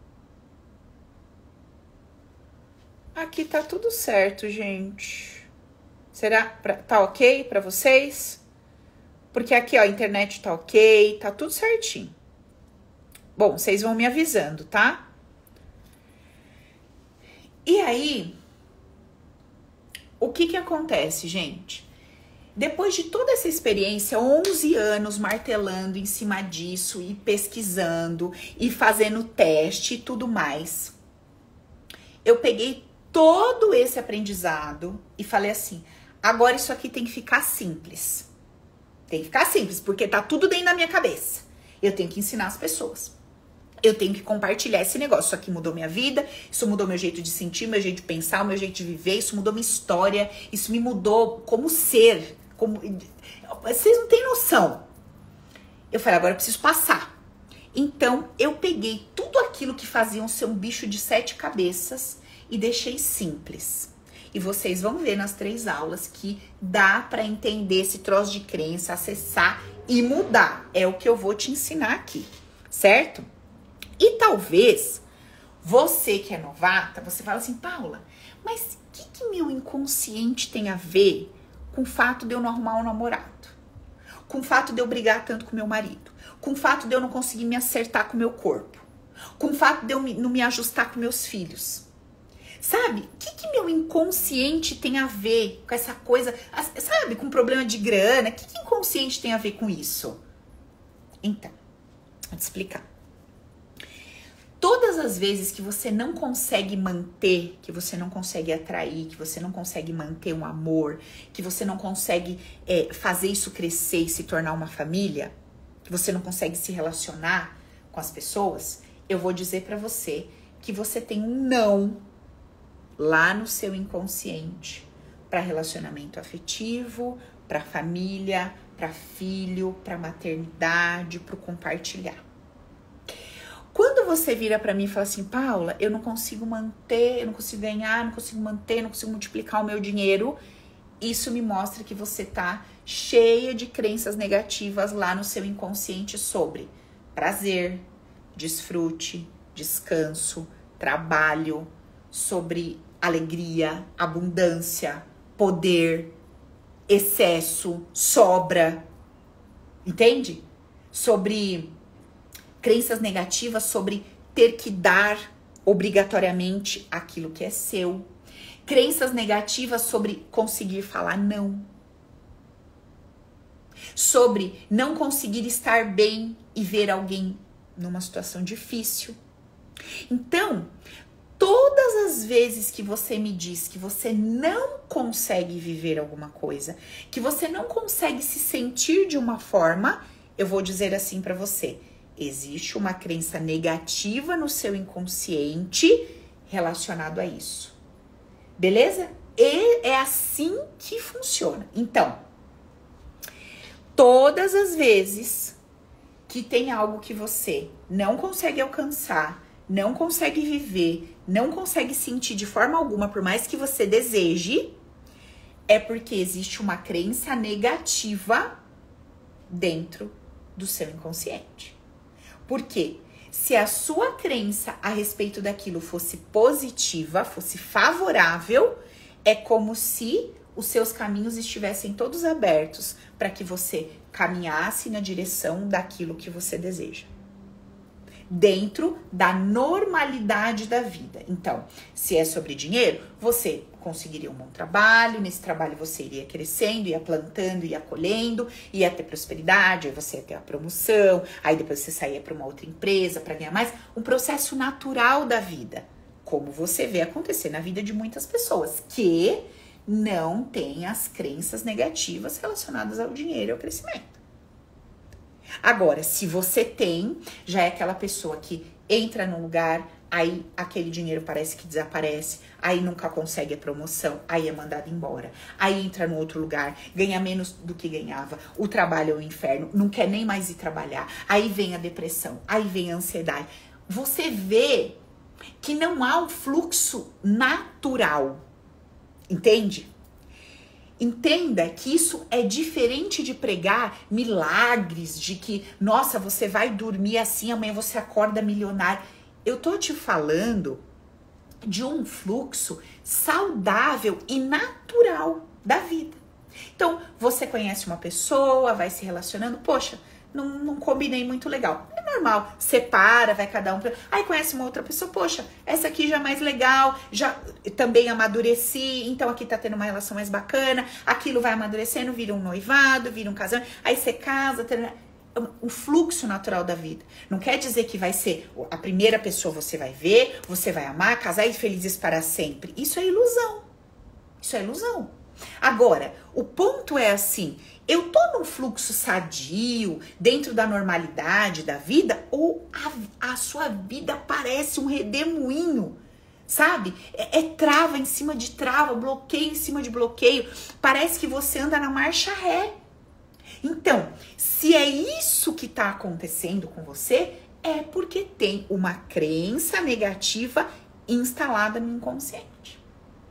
S1: Aqui tá tudo certo, gente. Será? Pra, tá ok pra vocês? Porque aqui, ó, a internet tá ok, tá tudo certinho. Bom, vocês vão me avisando, tá? E aí, o que que acontece, gente? Depois de toda essa experiência, onze anos martelando em cima disso e pesquisando e fazendo teste e tudo mais, eu peguei todo esse aprendizado e falei assim, agora isso aqui tem que ficar simples. Tem que ficar simples, porque tá tudo dentro da minha cabeça. Eu tenho que ensinar as pessoas. Eu tenho que compartilhar esse negócio. Isso aqui mudou minha vida, isso mudou meu jeito de sentir, meu jeito de pensar, meu jeito de viver, isso mudou minha história, isso me mudou como ser. Como... Vocês não têm noção. Eu falei, agora eu preciso passar. Então, eu peguei tudo aquilo que faziam ser um bicho de sete cabeças e deixei simples. E vocês vão ver nas três aulas que dá para entender esse troço de crença, acessar e mudar. É o que eu vou te ensinar aqui, certo? E talvez você que é novata, você fala assim, Paula, mas o que, que meu inconsciente tem a ver com o fato de eu não arrumar um namorado? Com o fato de eu brigar tanto com meu marido? Com o fato de eu não conseguir me acertar com o meu corpo? Com o fato de eu não me ajustar com meus filhos? Sabe? O que, que meu inconsciente tem a ver com essa coisa? Sabe? Com problema de grana? O que, que inconsciente tem a ver com isso? Então, vou te explicar. Todas as vezes que você não consegue manter, que você não consegue atrair, que você não consegue manter um amor, que você não consegue é, fazer isso crescer e se tornar uma família, que você não consegue se relacionar com as pessoas, eu vou dizer pra você que você tem um não lá no seu inconsciente para relacionamento afetivo, para família, para filho, para maternidade, para compartilhar. Quando você vira para mim e fala assim, Paula, eu não consigo manter, eu não consigo ganhar, não consigo manter, não consigo multiplicar o meu dinheiro, isso me mostra que você tá cheia de crenças negativas lá no seu inconsciente sobre prazer, desfrute, descanso, trabalho, sobre alegria, abundância, poder, excesso, sobra, entende? Sobre crenças negativas sobre ter que dar obrigatoriamente aquilo que é seu. Crenças negativas sobre conseguir falar não. Sobre não conseguir estar bem e ver alguém numa situação difícil. Então, todas as vezes que você me diz que você não consegue viver alguma coisa, que você não consegue se sentir de uma forma, eu vou dizer assim pra você: existe uma crença negativa no seu inconsciente relacionado a isso. Beleza? E é assim que funciona. Então, todas as vezes que tem algo que você não consegue alcançar, não consegue viver, não consegue sentir de forma alguma, por mais que você deseje, é porque existe uma crença negativa dentro do seu inconsciente. Por quê? Se a sua crença a respeito daquilo fosse positiva, fosse favorável, é como se os seus caminhos estivessem todos abertos para que você caminhasse na direção daquilo que você deseja. Dentro da normalidade da vida. Então, se é sobre dinheiro, você conseguiria um bom trabalho, nesse trabalho você iria crescendo, ia plantando, ia colhendo, ia ter prosperidade, aí você ia ter a promoção, aí depois você saía para uma outra empresa para ganhar mais. Um processo natural da vida, como você vê acontecer na vida de muitas pessoas que não têm as crenças negativas relacionadas ao dinheiro e ao crescimento. Agora, se você tem, já é aquela pessoa que entra num lugar, aí aquele dinheiro parece que desaparece, aí nunca consegue a promoção, aí é mandado embora. Aí entra no outro lugar, ganha menos do que ganhava, o trabalho é um inferno, não quer nem mais ir trabalhar, aí vem a depressão, aí vem a ansiedade. Você vê que não há um fluxo natural, entende? Entenda que isso é diferente de pregar milagres, de que, nossa, você vai dormir assim, amanhã você acorda milionário. Eu tô te falando de um fluxo saudável e natural da vida. Então, você conhece uma pessoa, vai se relacionando, poxa, não, não combinei muito legal. É normal, separa, vai cada um. Aí conhece uma outra pessoa, poxa, essa aqui já é mais legal, já também amadureci, então aqui tá tendo uma relação mais bacana, aquilo vai amadurecendo, vira um noivado, vira um casamento, aí você casa, termina. O fluxo natural da vida. Não quer dizer que vai ser a primeira pessoa você vai ver, você vai amar, casar e felizes para sempre. Isso é ilusão. Isso é ilusão. Agora, o ponto é assim, eu tô num fluxo sadio, dentro da normalidade da vida, ou a, a sua vida parece um redemoinho, sabe? É, é trava em cima de trava, bloqueio em cima de bloqueio. Parece que você anda na marcha ré. Então, se é isso que está acontecendo com você, é porque tem uma crença negativa instalada no inconsciente.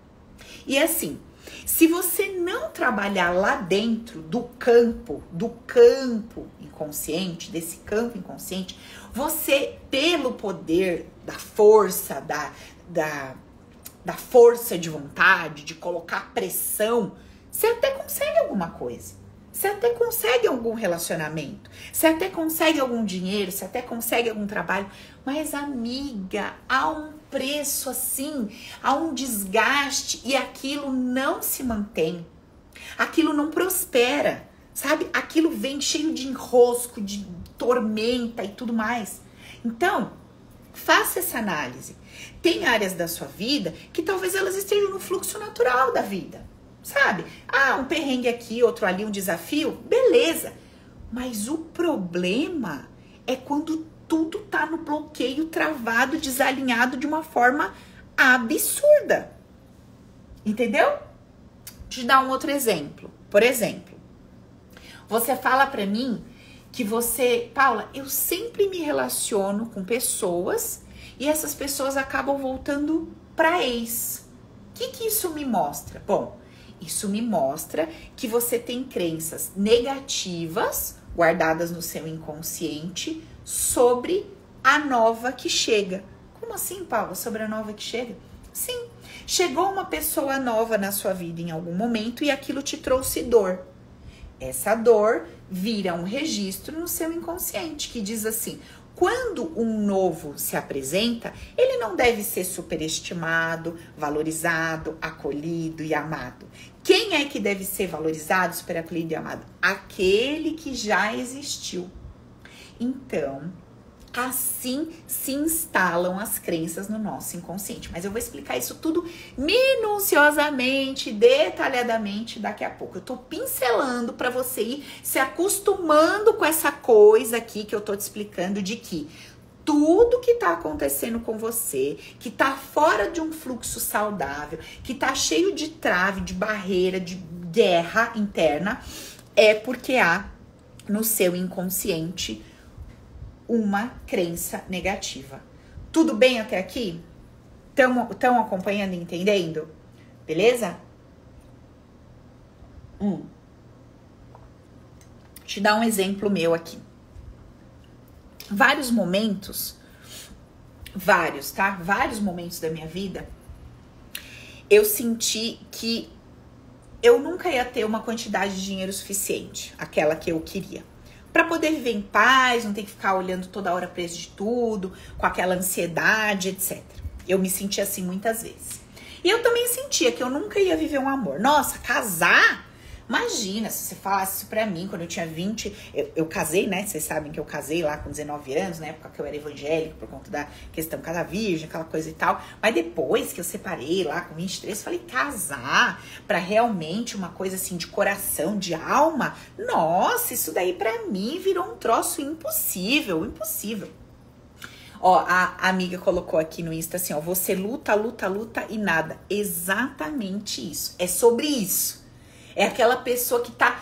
S1: E assim, se você não trabalhar lá dentro do campo, do campo inconsciente, desse campo inconsciente, você, pelo poder da força, da, da, da força de vontade, de colocar pressão, você até consegue alguma coisa. Você até consegue algum relacionamento, você até consegue algum dinheiro, você até consegue algum trabalho. Mas, amiga, há um preço assim, há um desgaste e aquilo não se mantém. Aquilo não prospera, sabe? Aquilo vem cheio de enrosco, de tormenta e tudo mais. Então, faça essa análise. Tem áreas da sua vida que talvez elas estejam no fluxo natural da vida. Sabe? Ah, um perrengue aqui, outro ali, um desafio. Beleza. Mas o problema é quando tudo tá no bloqueio, travado, desalinhado de uma forma absurda. Entendeu? Deixa eu te dar um outro exemplo. Por exemplo, você fala pra mim que você... Paula, eu sempre me relaciono com pessoas e essas pessoas acabam voltando pra ex. O que que isso me mostra? Bom... Isso me mostra que você tem crenças negativas guardadas no seu inconsciente sobre a nova que chega. Como assim, Paula? Sobre a nova que chega? Sim, chegou uma pessoa nova na sua vida em algum momento e aquilo te trouxe dor. Essa dor vira um registro no seu inconsciente que diz assim... Quando um novo se apresenta, ele não deve ser superestimado, valorizado, acolhido e amado. Quem é que deve ser valorizado, super acolhido e amado? Aquele que já existiu. Então, assim se instalam as crenças no nosso inconsciente. Mas eu vou explicar isso tudo minuciosamente, detalhadamente daqui a pouco. Eu tô pincelando para você ir se acostumando com essa coisa aqui que eu tô te explicando de que tudo que tá acontecendo com você, que tá fora de um fluxo saudável, que tá cheio de trave, de barreira, de guerra interna, é porque há no seu inconsciente uma crença negativa. Tudo bem até aqui? Estão acompanhando e entendendo? Beleza? Hum. Vou te dar um exemplo meu aqui. Vários momentos, vários, tá? Vários momentos da minha vida, eu senti que eu nunca ia ter uma quantidade de dinheiro suficiente, aquela que eu queria. Pra poder viver em paz, não ter que ficar olhando toda hora preço de tudo, com aquela ansiedade, etcétera. Eu me senti assim muitas vezes. E eu também sentia que eu nunca ia viver um amor. Nossa, casar? Imagina, se você falasse isso pra mim quando eu tinha vinte... Eu, eu casei, né? Vocês sabem que eu casei lá com dezenove anos, na época que eu era evangélica, por conta da questão casa virgem, aquela coisa e tal. Mas depois que eu separei lá com vinte e três, falei, casar pra realmente uma coisa assim de coração, de alma? Nossa, isso daí pra mim virou um troço impossível, impossível. Ó, a amiga colocou aqui no Insta assim, ó, você luta, luta, luta e nada. Exatamente isso. É sobre isso. É aquela pessoa que tá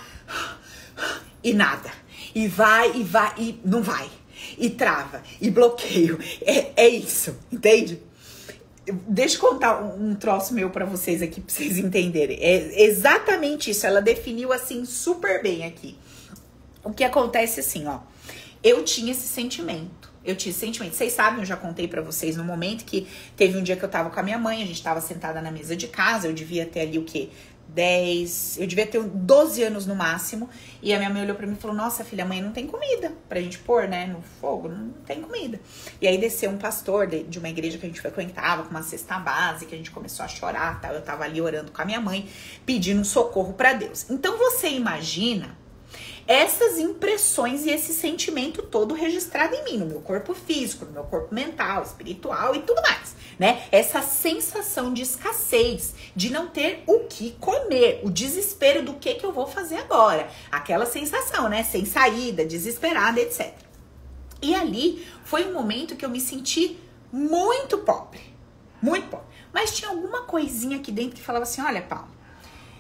S1: e nada. E vai, e vai, e não vai. E trava, e bloqueio. É, é isso, entende? Deixa eu contar um, um troço meu pra vocês aqui, pra vocês entenderem. É exatamente isso. Ela definiu assim super bem aqui. O que acontece assim, ó. Eu tinha esse sentimento. Eu tinha esse sentimento. Vocês sabem, eu já contei pra vocês no momento que teve um dia que eu tava com a minha mãe, a gente tava sentada na mesa de casa, eu devia ter ali o quê? dez, eu devia ter doze anos no máximo, e a minha mãe olhou pra mim e falou, nossa filha, mãe, não tem comida pra gente pôr, né, no fogo, não tem comida. E aí desceu um pastor de, de uma igreja que a gente frequentava, com uma cesta básica, a gente começou a chorar, tá? Eu tava ali orando com a minha mãe, pedindo socorro pra Deus. Então você imagina essas impressões e esse sentimento todo registrado em mim, no meu corpo físico, no meu corpo mental, espiritual e tudo mais, né? Essa sensação de escassez, de não ter o que comer, o desespero do que que eu vou fazer agora. Aquela sensação, né? Sem saída, desesperada, etcétera. E ali foi um momento que eu me senti muito pobre, muito pobre. Mas tinha alguma coisinha aqui dentro que falava assim, olha, Paulo,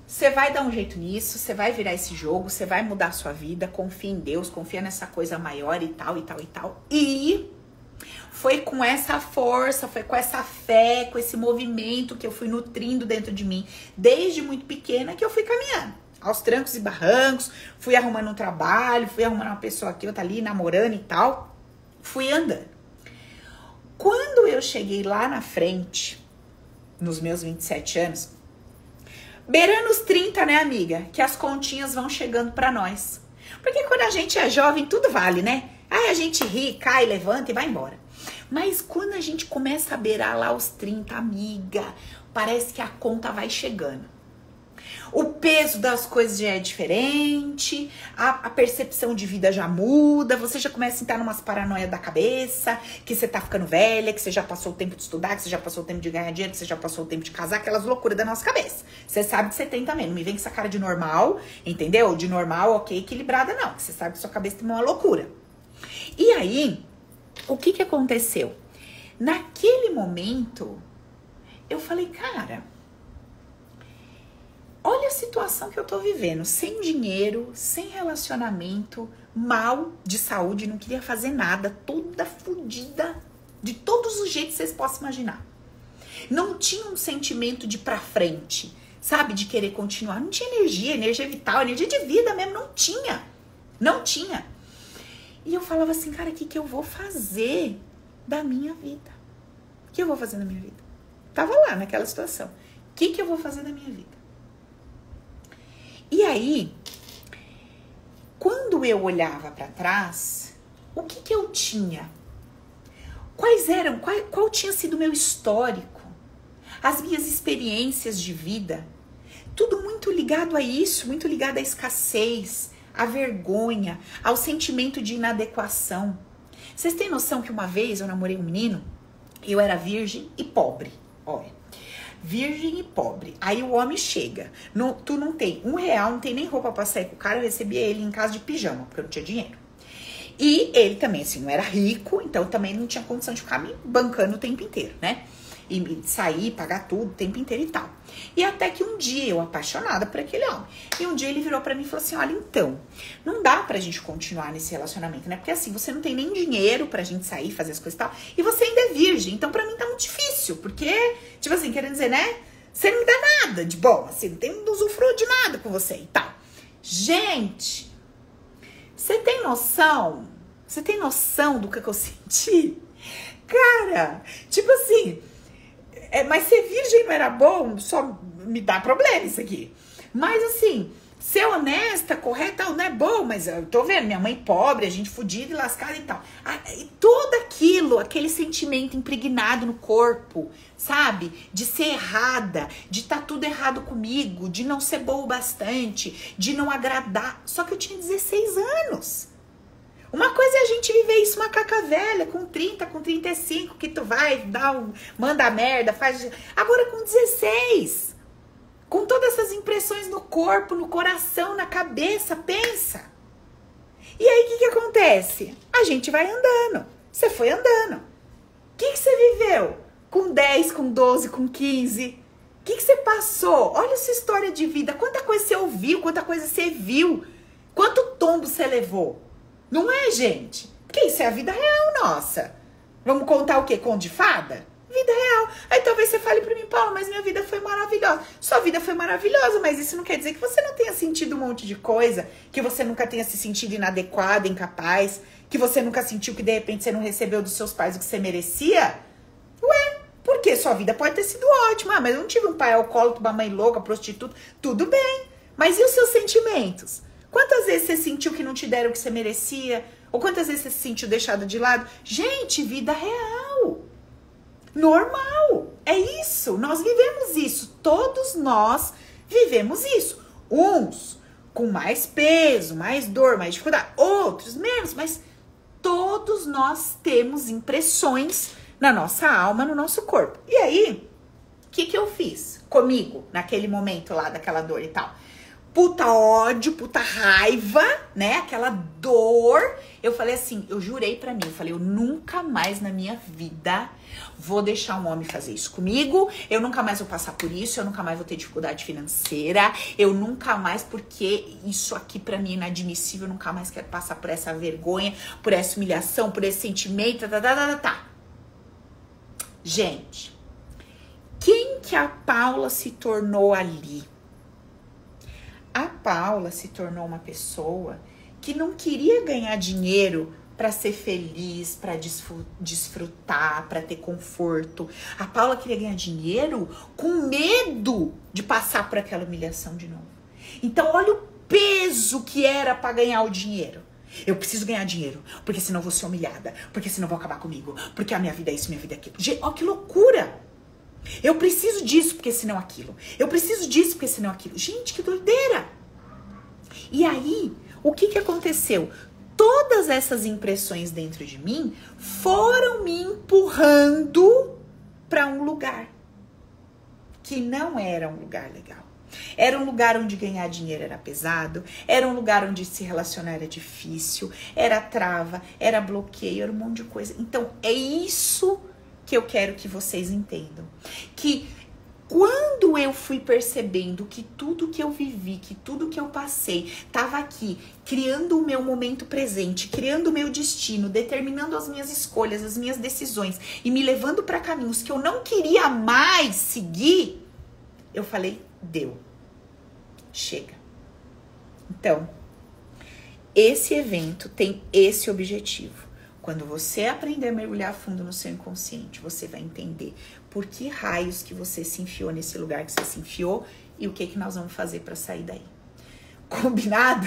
S1: você vai dar um jeito nisso, você vai virar esse jogo, você vai mudar a sua vida, confia em Deus, confia nessa coisa maior e tal, e tal, e tal. E foi com essa força, foi com essa fé, com esse movimento que eu fui nutrindo dentro de mim, desde muito pequena, que eu fui caminhando. Aos trancos e barrancos, fui arrumando um trabalho, fui arrumando uma pessoa aqui, outra ali, namorando e tal. Fui andando. Quando eu cheguei lá na frente, nos meus vinte e sete anos, beirando os trinta, né, amiga? Que as continhas vão chegando pra nós. Porque quando a gente é jovem, tudo vale, né? Aí a gente ri, cai, levanta e vai embora. Mas quando a gente começa a beirar lá os trinta, amiga, parece que a conta vai chegando. O peso das coisas já é diferente, a, a percepção de vida já muda, você já começa a entrar numas paranoia da cabeça, que você tá ficando velha, que você já passou o tempo de estudar, que você já passou o tempo de ganhar dinheiro, que você já passou o tempo de casar, aquelas loucuras da nossa cabeça. Você sabe que você tem também, não me vem com essa cara de normal, entendeu? De normal, ok, equilibrada não, você sabe que sua cabeça tem uma loucura. E aí, o que que aconteceu? Naquele momento, eu falei, cara, olha a situação que eu tô vivendo, sem dinheiro, sem relacionamento, mal de saúde, não queria fazer nada, toda fodida, de todos os jeitos que vocês possam imaginar. Não tinha um sentimento de pra frente, sabe, de querer continuar, não tinha energia, energia vital, energia de vida mesmo, não tinha, não tinha. E eu falava assim, cara, o que que eu vou fazer da minha vida? O que eu vou fazer da minha vida? Tava lá naquela situação, o que que eu vou fazer da minha vida? E aí, quando eu olhava para trás, o que que eu tinha? Quais eram, qual, qual tinha sido o meu histórico? As minhas experiências de vida? Tudo muito ligado a isso, muito ligado à escassez, à vergonha, ao sentimento de inadequação. Vocês têm noção que uma vez eu namorei um menino, eu era virgem e pobre, olha. Virgem e pobre. Aí o homem chega. No, tu não tem um real, não tem nem roupa pra sair com o cara. Eu recebia ele em casa de pijama, porque eu não tinha dinheiro. E ele também, assim, não era rico, então também não tinha condição de ficar me bancando o tempo inteiro, né? E sair, pagar tudo o tempo inteiro e tal. E até que um dia, eu apaixonada por aquele homem, e um dia ele virou pra mim e falou assim, olha, então, não dá pra gente continuar nesse relacionamento, né? Porque assim, você não tem nem dinheiro pra gente sair, fazer as coisas e tal, e você ainda é virgem, então pra mim tá muito difícil, porque, tipo assim, querendo dizer, né? Você não me dá nada de bom, assim, não tem não usufruo de nada com você e tal. Gente, você tem noção? Você tem noção do que, que eu senti? Cara, tipo assim... É, mas ser virgem não era bom, só me dá problema isso aqui. Mas assim, ser honesta, correta, não é bom, mas eu tô vendo, minha mãe pobre, a gente fudida e lascada e tal. Ah, e tudo aquilo, aquele sentimento impregnado no corpo, sabe? De ser errada, de tá tudo errado comigo, de não ser boa o bastante, de não agradar. Só que eu tinha dezesseis anos. Uma coisa é a gente viver isso macaca velha, com trinta, com trinta e cinco, que tu vai, dá um, manda a merda, faz... Agora com dezesseis, com todas essas impressões no corpo, no coração, na cabeça, pensa. E aí o que que acontece? A gente vai andando, você foi andando. O que que você viveu com dez, com doze, com quinze? O que que você passou? Olha essa história de vida, quanta coisa você ouviu, quanta coisa você viu, quanto tombo você levou. Não é, gente? Porque isso é a vida real nossa. Vamos contar o quê? Conto de fada? Vida real. Aí talvez você fale pra mim, Paula, mas minha vida foi maravilhosa. Sua vida foi maravilhosa, mas isso não quer dizer que você não tenha sentido um monte de coisa, que você nunca tenha se sentido inadequada, incapaz, que você nunca sentiu que de repente você não recebeu dos seus pais o que você merecia. Ué, por quê? Sua vida pode ter sido ótima. Ah, mas eu não tive um pai alcoólatra, uma mãe louca, prostituta. Tudo bem. Mas e os seus sentimentos? Quantas vezes você sentiu que não te deram o que você merecia? Ou quantas vezes você se sentiu deixado de lado? Gente, vida real. Normal. É isso. Nós vivemos isso. Todos nós vivemos isso. Uns com mais peso, mais dor, mais dificuldade. Outros menos. Mas todos nós temos impressões na nossa alma, no nosso corpo. E aí, o que que eu fiz comigo naquele momento lá daquela dor e tal? puta ódio, puta raiva, né? Aquela dor. Eu falei assim, eu jurei pra mim, eu falei, eu nunca mais na minha vida vou deixar um homem fazer isso comigo, eu nunca mais vou passar por isso, eu nunca mais vou ter dificuldade financeira, eu nunca mais, porque isso aqui pra mim é inadmissível, eu nunca mais quero passar por essa vergonha, por essa humilhação, por esse sentimento, tá, tá, tá, tá, tá. Gente, quem que a Paula se tornou ali? A Paula se tornou uma pessoa que não queria ganhar dinheiro para ser feliz, para desfrutar, para ter conforto. A Paula queria ganhar dinheiro com medo de passar por aquela humilhação de novo. Então, olha o peso que era para ganhar o dinheiro. Eu preciso ganhar dinheiro, porque senão vou ser humilhada, porque senão vou acabar comigo, porque a minha vida é isso, minha vida é aquilo. Gente, ó, que loucura! Eu preciso disso, porque senão aquilo. Eu preciso disso, porque senão aquilo. Gente, que doideira! E aí, o que que aconteceu? Todas essas impressões dentro de mim foram me empurrando para um lugar que não era um lugar legal. Era um lugar onde ganhar dinheiro era pesado, era um lugar onde se relacionar era difícil, era trava, era bloqueio, era um monte de coisa. Então, é isso que eu quero que vocês entendam. Que quando eu fui percebendo que tudo que eu vivi, que tudo que eu passei, estava aqui, criando o meu momento presente, criando o meu destino, determinando as minhas escolhas, as minhas decisões e me levando para caminhos que eu não queria mais seguir, eu falei, deu. Chega. Então, esse evento tem esse objetivo. Quando você aprender a mergulhar fundo no seu inconsciente, você vai entender por que raios que você se enfiou nesse lugar que você se enfiou e o que que nós vamos fazer para sair daí. Combinado?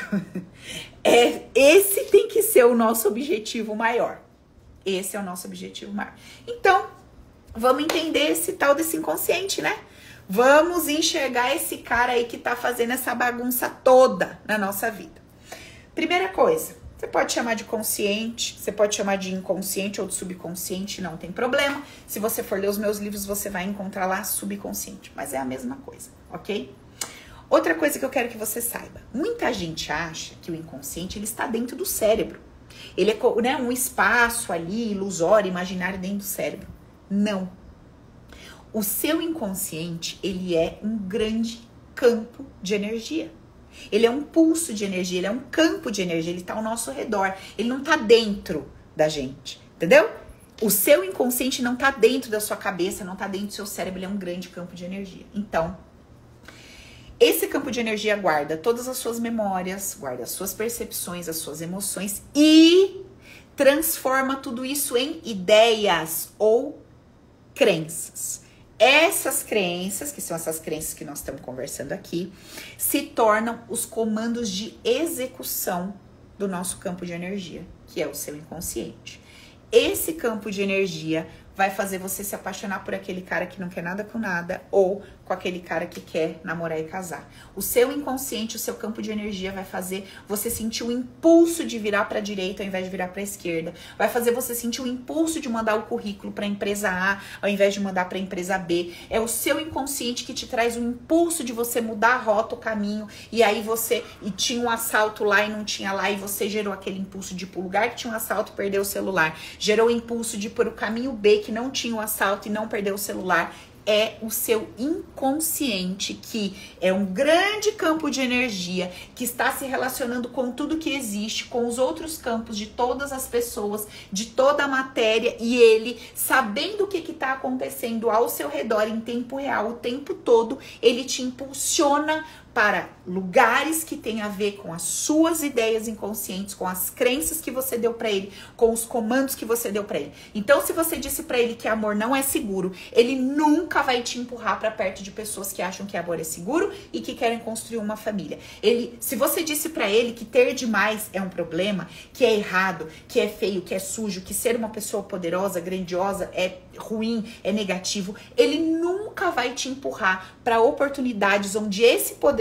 S1: É, esse tem que ser o nosso objetivo maior. Esse é o nosso objetivo maior. Então, vamos entender esse tal desse inconsciente, né? Vamos enxergar esse cara aí que tá fazendo essa bagunça toda na nossa vida. Primeira coisa, você pode chamar de consciente, você pode chamar de inconsciente ou de subconsciente, não tem problema. Se você for ler os meus livros, você vai encontrar lá subconsciente, mas é a mesma coisa, ok? Outra coisa que eu quero que você saiba. Muita gente acha que o inconsciente ele está dentro do cérebro. Ele é, né, um espaço ali, ilusório, imaginário dentro do cérebro. Não. O seu inconsciente, ele é um grande campo de energia. Ele é um pulso de energia, ele é um campo de energia, ele está ao nosso redor. Ele não está dentro da gente, entendeu? O seu inconsciente não está dentro da sua cabeça, não está dentro do seu cérebro, ele é um grande campo de energia. Então, esse campo de energia guarda todas as suas memórias, guarda as suas percepções, as suas emoções e transforma tudo isso em ideias ou crenças. Essas crenças, que são essas crenças que nós estamos conversando aqui, se tornam os comandos de execução do nosso campo de energia, que é o seu inconsciente. Esse campo de energia vai fazer você se apaixonar por aquele cara que não quer nada com nada ou com aquele cara que quer namorar e casar. O seu inconsciente, o seu campo de energia vai fazer você sentir o impulso de virar para a direita ao invés de virar para a esquerda. Vai fazer você sentir o impulso de mandar o currículo para a empresa A ao invés de mandar para a empresa B. É o seu inconsciente que te traz o impulso de você mudar a rota, o caminho, e aí você e tinha um assalto lá e não tinha lá e você gerou aquele impulso de ir pro lugar que tinha um assalto e perdeu o celular. Gerou o impulso de ir para o caminho B que não tinha um assalto e não perdeu o celular. É o seu inconsciente, que é um grande campo de energia que está se relacionando com tudo que existe, com os outros campos de todas as pessoas, de toda a matéria, e ele, sabendo o que está acontecendo ao seu redor em tempo real, o tempo todo, ele te impulsiona para lugares que tem a ver com as suas ideias inconscientes, com as crenças que você deu para ele, com os comandos que você deu para ele. Então, se você disse para ele que amor não é seguro, ele nunca vai te empurrar para perto de pessoas que acham que amor é seguro e que querem construir uma família. Ele, se você disse para ele que ter demais é um problema, que é errado, que é feio, que é sujo, que ser uma pessoa poderosa, grandiosa é ruim, é negativo, ele nunca vai te empurrar para oportunidades onde esse poder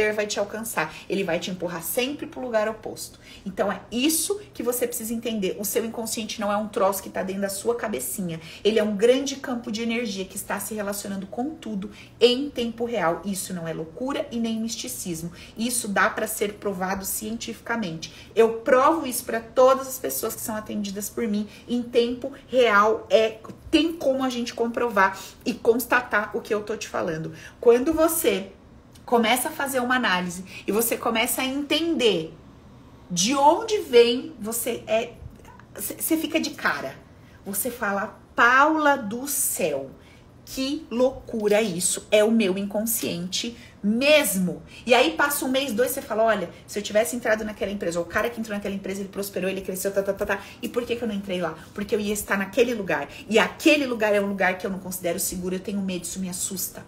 S1: poder vai te alcançar. Ele vai te empurrar sempre pro lugar oposto. Então é isso que você precisa entender. O seu inconsciente não é um troço que tá dentro da sua cabecinha. Ele é um grande campo de energia que está se relacionando com tudo em tempo real. Isso não é loucura e nem misticismo. Isso dá para ser provado cientificamente. Eu provo isso para todas as pessoas que são atendidas por mim em tempo real. É tem como a gente comprovar e constatar o que eu tô te falando. Quando você começa a fazer uma análise e você começa a entender de onde vem, você é, você fica de cara. Você fala, Paula do céu, que loucura isso, é o meu inconsciente mesmo. E aí passa um mês, dois, você fala, olha, se eu tivesse entrado naquela empresa, ou o cara que entrou naquela empresa, ele prosperou, ele cresceu, tá, tá, tá, tá. E por que que eu não entrei lá? Porque eu ia estar naquele lugar. E aquele lugar é um lugar que eu não considero seguro, eu tenho medo, isso me assusta.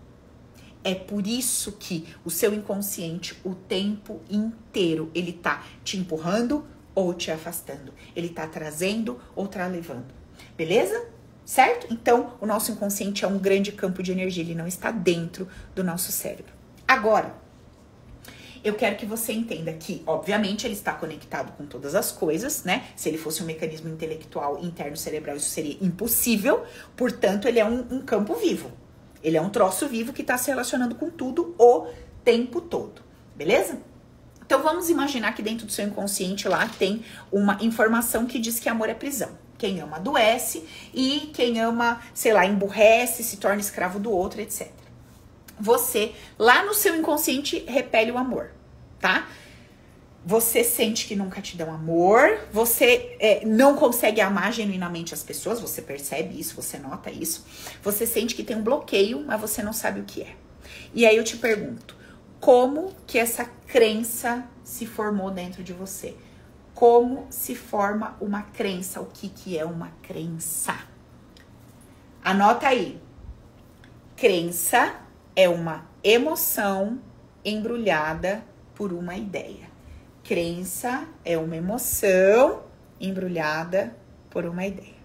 S1: É por isso que o seu inconsciente, o tempo inteiro, ele tá te empurrando ou te afastando. Ele tá trazendo ou tá levando. Beleza? Certo? Então, o nosso inconsciente é um grande campo de energia, ele não está dentro do nosso cérebro. Agora, eu quero que você entenda que, obviamente, ele está conectado com todas as coisas, né? Se ele fosse um mecanismo intelectual interno cerebral, isso seria impossível. Portanto, ele é um, um campo vivo. Ele é um troço vivo que está se relacionando com tudo o tempo todo. Beleza? Então, vamos imaginar que dentro do seu inconsciente lá tem uma informação que diz que amor é prisão. Quem ama adoece e quem ama, sei lá, emburrece, se torna escravo do outro, etcétera. Você, lá no seu inconsciente, repele o amor, tá? Você sente que nunca te dão amor, você é, não consegue amar genuinamente as pessoas, você percebe isso, você nota isso. Você sente que tem um bloqueio, mas você não sabe o que é. E aí eu te pergunto, como que essa crença se formou dentro de você? Como se forma uma crença? O que que é uma crença? Anota aí. Crença é uma emoção embrulhada por uma ideia. Crença é uma emoção embrulhada por uma ideia.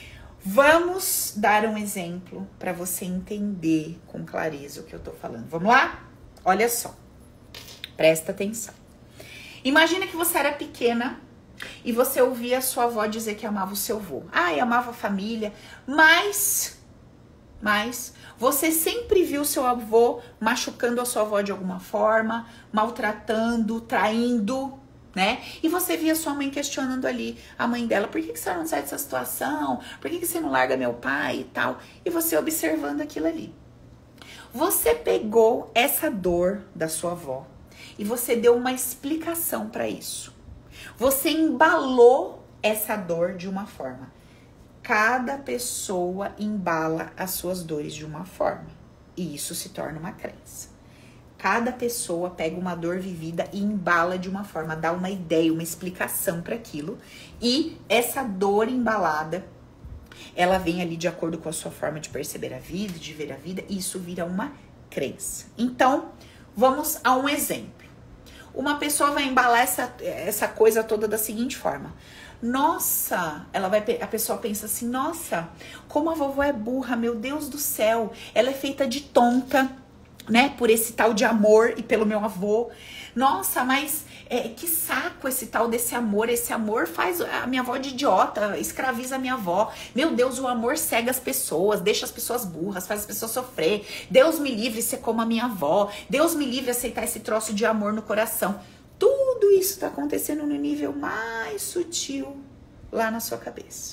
S1: Vamos dar um exemplo para você entender com clareza o que eu tô falando. Vamos lá? Olha só. Presta atenção. Imagina que você era pequena e você ouvia a sua avó dizer que amava o seu avô. Ai, amava a família, mas, mas você sempre viu seu avô machucando a sua avó de alguma forma, maltratando, traindo, né? E você via sua mãe questionando ali, a mãe dela, por que que você não sai dessa situação? Por que que você não larga meu pai e tal? E você observando aquilo ali. Você pegou essa dor da sua avó e você deu uma explicação para isso. Você embalou essa dor de uma forma. Cada pessoa embala as suas dores de uma forma. E isso se torna uma crença. Cada pessoa pega uma dor vivida e embala de uma forma, dá uma ideia, uma explicação para aquilo. E essa dor embalada, ela vem ali de acordo com a sua forma de perceber a vida, de ver a vida, e isso vira uma crença. Então, vamos a um exemplo. Uma pessoa vai embalar essa, essa coisa toda da seguinte forma. Nossa, ela vai, a pessoa pensa assim, nossa, como a vovó é burra, meu Deus do céu. Ela é feita de tonta, né, por esse tal de amor e pelo meu avô. Nossa, mas é, que saco esse tal desse amor. Esse amor faz a minha avó de idiota, escraviza a minha avó. Meu Deus, o amor cega as pessoas, deixa as pessoas burras, faz as pessoas sofrer. Deus me livre ser como a minha avó. Deus me livre aceitar esse troço de amor no coração. Tudo isso tá acontecendo no nível mais sutil lá na sua cabeça.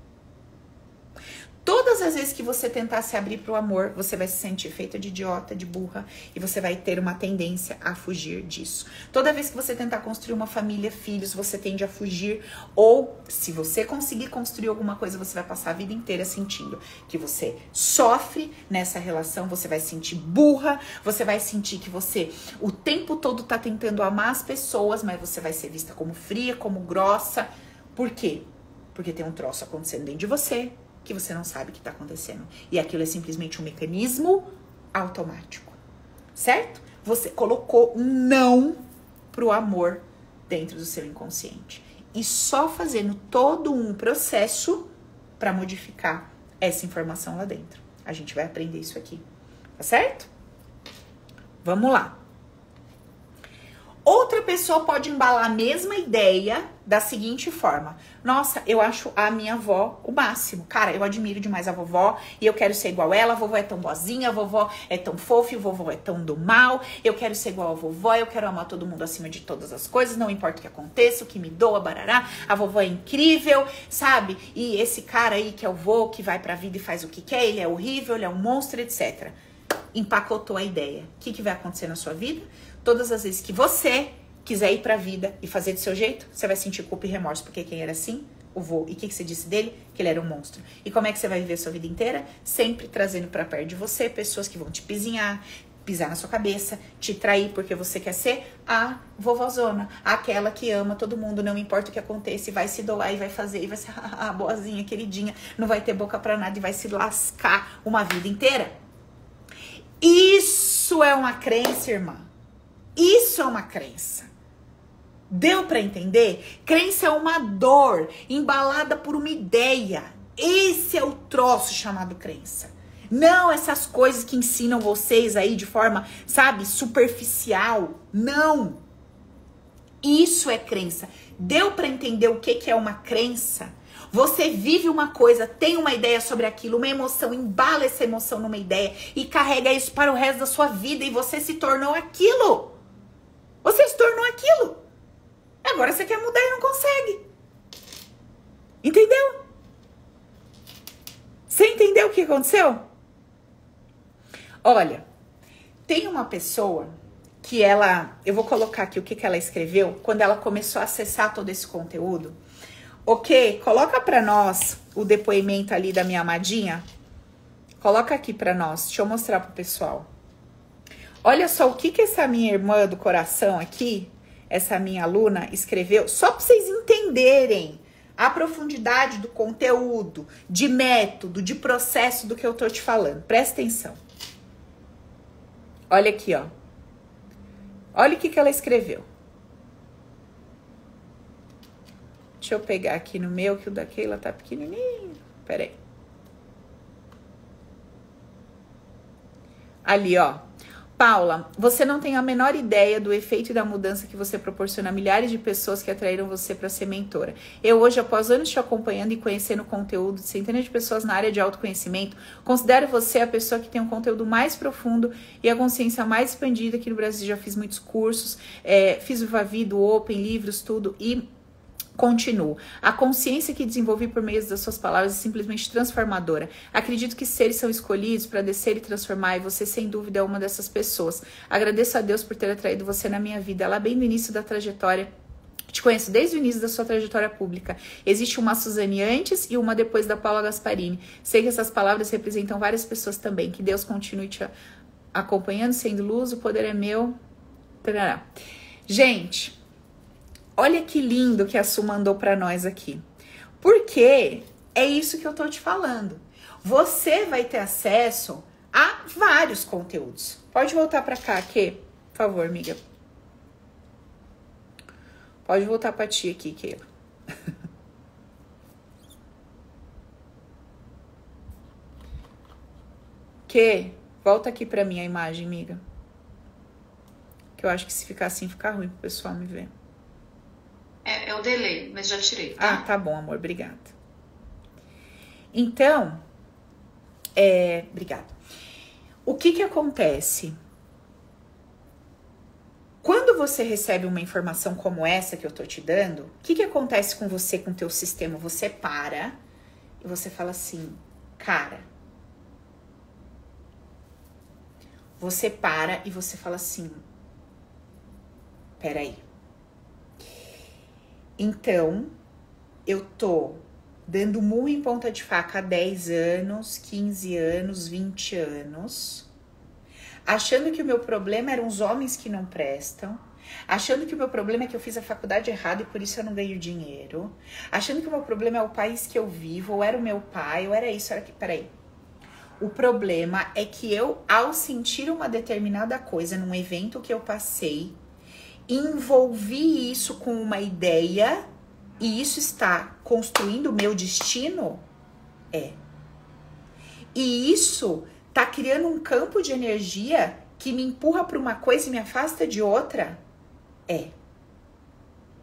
S1: Todas as vezes que você tentar se abrir pro amor, você vai se sentir feita de idiota, de burra, e você vai ter uma tendência a fugir disso. Toda vez que você tentar construir uma família, filhos, você tende a fugir, ou se você conseguir construir alguma coisa, você vai passar a vida inteira sentindo que você sofre nessa relação, você vai se sentir burra, você vai sentir que você o tempo todo tá tentando amar as pessoas, mas você vai ser vista como fria, como grossa. Por quê? Porque tem um troço acontecendo dentro de você, que você não sabe o que está acontecendo. E aquilo é simplesmente um mecanismo automático. Certo? Você colocou um não pro amor dentro do seu inconsciente. E só fazendo todo um processo para modificar essa informação lá dentro. A gente vai aprender isso aqui. Tá certo? Vamos lá. pessoa pode embalar a mesma ideia da seguinte forma. Nossa, eu acho a minha avó o máximo. Cara, eu admiro demais a vovó e eu quero ser igual ela. A vovó é tão boazinha, a vovó é tão fofa, e o vovô é tão do mal. Eu quero ser igual a vovó, eu quero amar todo mundo acima de todas as coisas, não importa o que aconteça, o que me doa, barará. A vovó é incrível, sabe? E esse cara aí que é o vô, que vai pra vida e faz o que quer, ele é horrível, ele é um monstro, etcétera. Empacotou a ideia. O que, que vai acontecer na sua vida? Todas as vezes que você quiser ir pra vida e fazer do seu jeito, você vai sentir culpa e remorso, porque quem era assim, o vô. E o que, que você disse dele? Que ele era um monstro. E como é que você vai viver a sua vida inteira? Sempre trazendo pra perto de você pessoas que vão te pisinhar, pisar na sua cabeça, te trair porque você quer ser a vovózona, aquela que ama todo mundo, não importa o que aconteça, e vai se doar e vai fazer, e vai ser a boazinha, queridinha, não vai ter boca pra nada e vai se lascar uma vida inteira. Isso é uma crença, irmã. Isso é uma crença. Deu pra entender? Crença é uma dor embalada por uma ideia. Esse é o troço chamado crença. Não essas coisas que ensinam vocês aí de forma, sabe, superficial. Não. Isso é crença. Deu pra entender o que, que é uma crença? Você vive uma coisa, tem uma ideia sobre aquilo, uma emoção, embala essa emoção numa ideia e carrega isso para o resto da sua vida e você se tornou aquilo. Você se tornou aquilo. Agora você quer mudar e não consegue. Entendeu? Você entendeu o que aconteceu? Olha, tem uma pessoa que ela... Eu vou colocar aqui o que, que ela escreveu quando ela começou a acessar todo esse conteúdo. Ok? Coloca pra nós o depoimento ali da minha amadinha. Coloca aqui pra nós. Deixa eu mostrar pro pessoal. Olha só o que, que essa minha irmã do coração aqui... essa minha aluna escreveu, só para vocês entenderem a profundidade do conteúdo, de método, de processo do que eu tô te falando. Presta atenção. Olha aqui, ó. Olha o que, que ela escreveu. Deixa eu pegar aqui no meu, que o da Keila tá pequenininho. Pera aí. Ali, ó. Paula, você não tem a menor ideia do efeito e da mudança que você proporciona a milhares de pessoas que atraíram você para ser mentora. Eu hoje, após anos te acompanhando e conhecendo o conteúdo de centenas de pessoas na área de autoconhecimento, considero você a pessoa que tem um conteúdo mais profundo e a consciência mais expandida aqui no Brasil. Já fiz muitos cursos, é, fiz o Vavi, do Open, livros, tudo, e... continuo. A consciência que desenvolvi por meio das suas palavras é simplesmente transformadora. Acredito que seres são escolhidos para descer e transformar, e você, sem dúvida, é uma dessas pessoas. Agradeço a Deus por ter atraído você na minha vida, lá bem no início da trajetória. Te conheço desde o início da sua trajetória pública. Existe uma Suzane antes e uma depois da Paula Gasparini. Sei que essas palavras representam várias pessoas também. Que Deus continue te acompanhando, sendo luz, o poder é meu. Tarará. Gente... olha que lindo que a Su mandou pra nós aqui. Porque é isso que eu tô te falando. Você vai ter acesso a vários conteúdos. Pode voltar pra cá, Kê? Por favor, amiga. Pode voltar pra ti aqui, Keila. Kê, volta aqui pra mim a imagem, amiga. Que eu acho que se ficar assim, fica ruim pro pessoal me ver.
S3: É, é o delay, mas já tirei, tá?
S1: Ah, tá bom, amor, obrigada. Então, é, obrigada. O que que acontece? Quando você recebe uma informação como essa que eu tô te dando, o que que acontece com você, com o teu sistema? Você para e você fala assim, cara... Você para e você fala assim, peraí. Então, eu tô dando murro em ponta de faca há dez anos, quinze anos, vinte anos, achando que o meu problema eram os homens que não prestam, achando que o meu problema é que eu fiz a faculdade errada e por isso eu não ganho dinheiro, achando que o meu problema é o país que eu vivo, ou era o meu pai, ou era isso, era que... Peraí. O problema é que eu, ao sentir uma determinada coisa num evento que eu passei, envolvi isso com uma ideia e isso está construindo o meu destino? É. E isso tá criando um campo de energia que me empurra para uma coisa e me afasta de outra? É.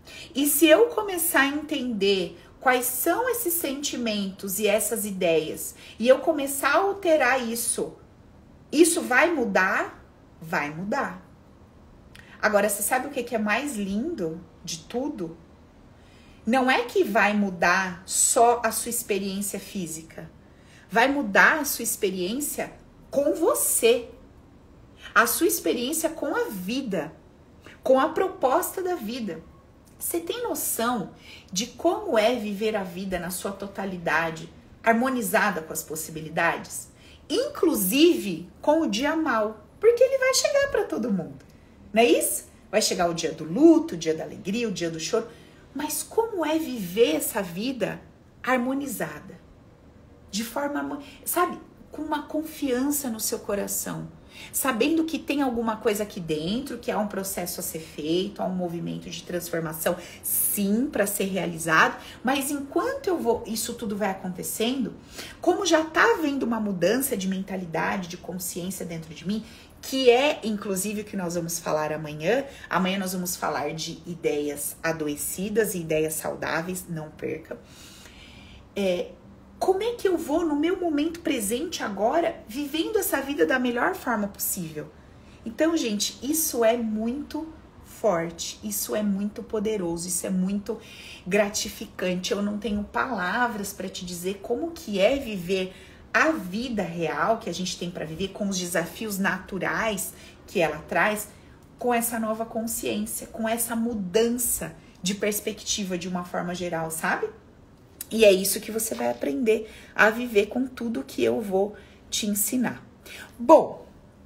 S1: E se eu começar a entender quais são esses sentimentos e essas ideias, e eu começar a alterar isso, isso vai mudar? Vai mudar. Agora, você sabe o que é mais lindo de tudo? Não é que vai mudar só a sua experiência física. Vai mudar a sua experiência com você. A sua experiência com a vida. Com a proposta da vida. Você tem noção de como é viver a vida na sua totalidade, harmonizada com as possibilidades? Inclusive com o dia mau. Porque ele vai chegar para todo mundo. Não é isso? Vai chegar o dia do luto, o dia da alegria, o dia do choro. Mas como é viver essa vida harmonizada? De forma, sabe, com uma confiança no seu coração. Sabendo que tem alguma coisa aqui dentro, que há um processo a ser feito, há um movimento de transformação, sim, para ser realizado. Mas enquanto eu vou, isso tudo vai acontecendo, como já está havendo uma mudança de mentalidade, de consciência dentro de mim, que é, inclusive, o que nós vamos falar amanhã. Amanhã nós vamos falar de ideias adoecidas e ideias saudáveis, não perca. É, como é que eu vou, no meu momento presente agora, vivendo essa vida da melhor forma possível? Então, gente, isso é muito forte, isso é muito poderoso, isso é muito gratificante. Eu não tenho palavras para te dizer como que é viver a vida real que a gente tem para viver, com os desafios naturais que ela traz, com essa nova consciência, com essa mudança de perspectiva de uma forma geral, sabe? E é isso que você vai aprender a viver com tudo que eu vou te ensinar. Bom,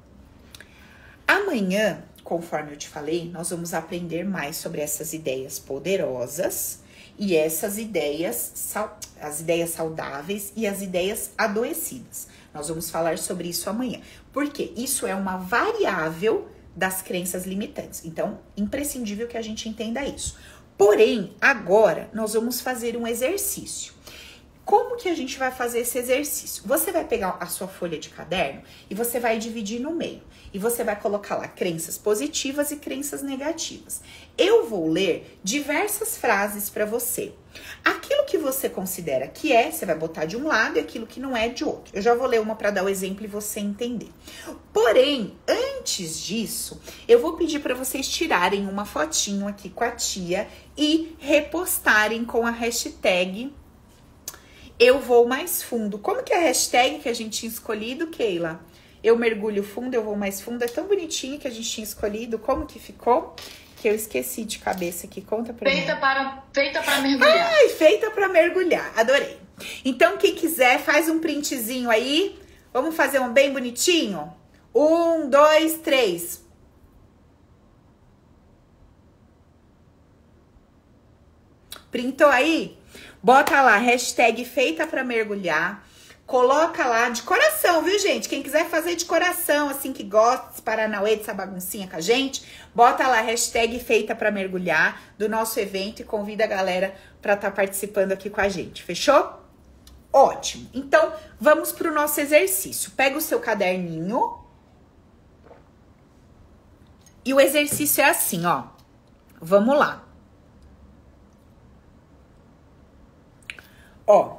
S1: amanhã, conforme eu te falei, nós vamos aprender mais sobre essas ideias poderosas e essas ideias, as ideias saudáveis e as ideias adoecidas. Nós vamos falar sobre isso amanhã. Porque isso é uma variável das crenças limitantes. Então, imprescindível que a gente entenda isso. Porém, agora nós vamos fazer um exercício. Como que a gente vai fazer esse exercício? Você vai pegar a sua folha de caderno e você vai dividir no meio. E você vai colocar lá crenças positivas e crenças negativas. Eu vou ler diversas frases para você. Aquilo que você considera que é, você vai botar de um lado, e aquilo que não é, de outro. Eu já vou ler uma para dar o exemplo e você entender. Porém, antes disso, eu vou pedir para vocês tirarem uma fotinho aqui com a tia e repostarem com a hashtag Eu Vou Mais Fundo. Como que é a hashtag que a gente tinha escolhido, Keila? Eu mergulho fundo, eu vou mais fundo. É tão bonitinho que a gente tinha escolhido. Como que ficou? Que eu esqueci de cabeça aqui. Conta pra
S3: feita
S1: mim.
S3: Para, feita para mergulhar.
S1: Ai, feita pra mergulhar. Adorei. Então, quem quiser, faz um printzinho aí. Vamos fazer um bem bonitinho? Um, dois, três. Printou aí? Bota lá, hashtag feita pra mergulhar. Coloca lá de coração, viu, gente? Quem quiser fazer de coração, assim, que gosta desse Paranauê, dessa baguncinha com a gente, bota lá, hashtag feita pra mergulhar do nosso evento e convida a galera pra estar participando aqui com a gente, fechou? Ótimo. Então, vamos pro nosso exercício. Pega o seu caderninho. E o exercício é assim, ó. Vamos lá. Ó.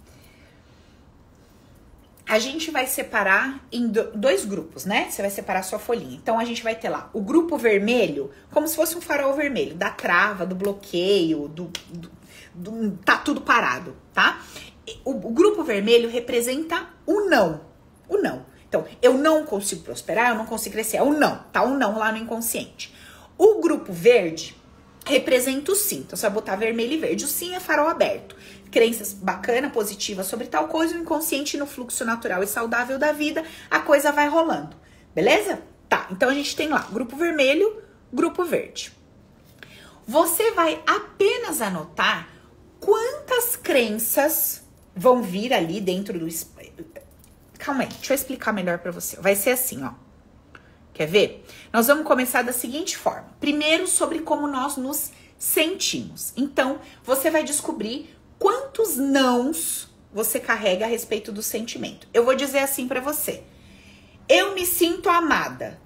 S1: A gente vai separar em dois grupos, né? Você vai separar a sua folhinha. Então, a gente vai ter lá o grupo vermelho, como se fosse um farol vermelho, da trava, do bloqueio, do, do, do tá tudo parado, tá? O, o grupo vermelho representa o não, o não. Então, eu não consigo prosperar, eu não consigo crescer, é o não, tá? O não lá no inconsciente. O grupo verde representa o sim. Então, você vai botar vermelho e verde. O sim é farol aberto. Crenças bacana, positivas sobre tal coisa, o inconsciente no fluxo natural e saudável da vida, a coisa vai rolando. Beleza? Tá, então a gente tem lá grupo vermelho, grupo verde. Você vai apenas anotar quantas crenças vão vir ali dentro do... Calma aí, deixa eu explicar melhor pra você. Vai ser assim, ó. Quer ver? Nós vamos começar da seguinte forma. Primeiro, sobre como nós nos sentimos. Então, você vai descobrir quantos nãos você carrega a respeito do sentimento. Eu vou dizer assim pra você. Eu me sinto amada.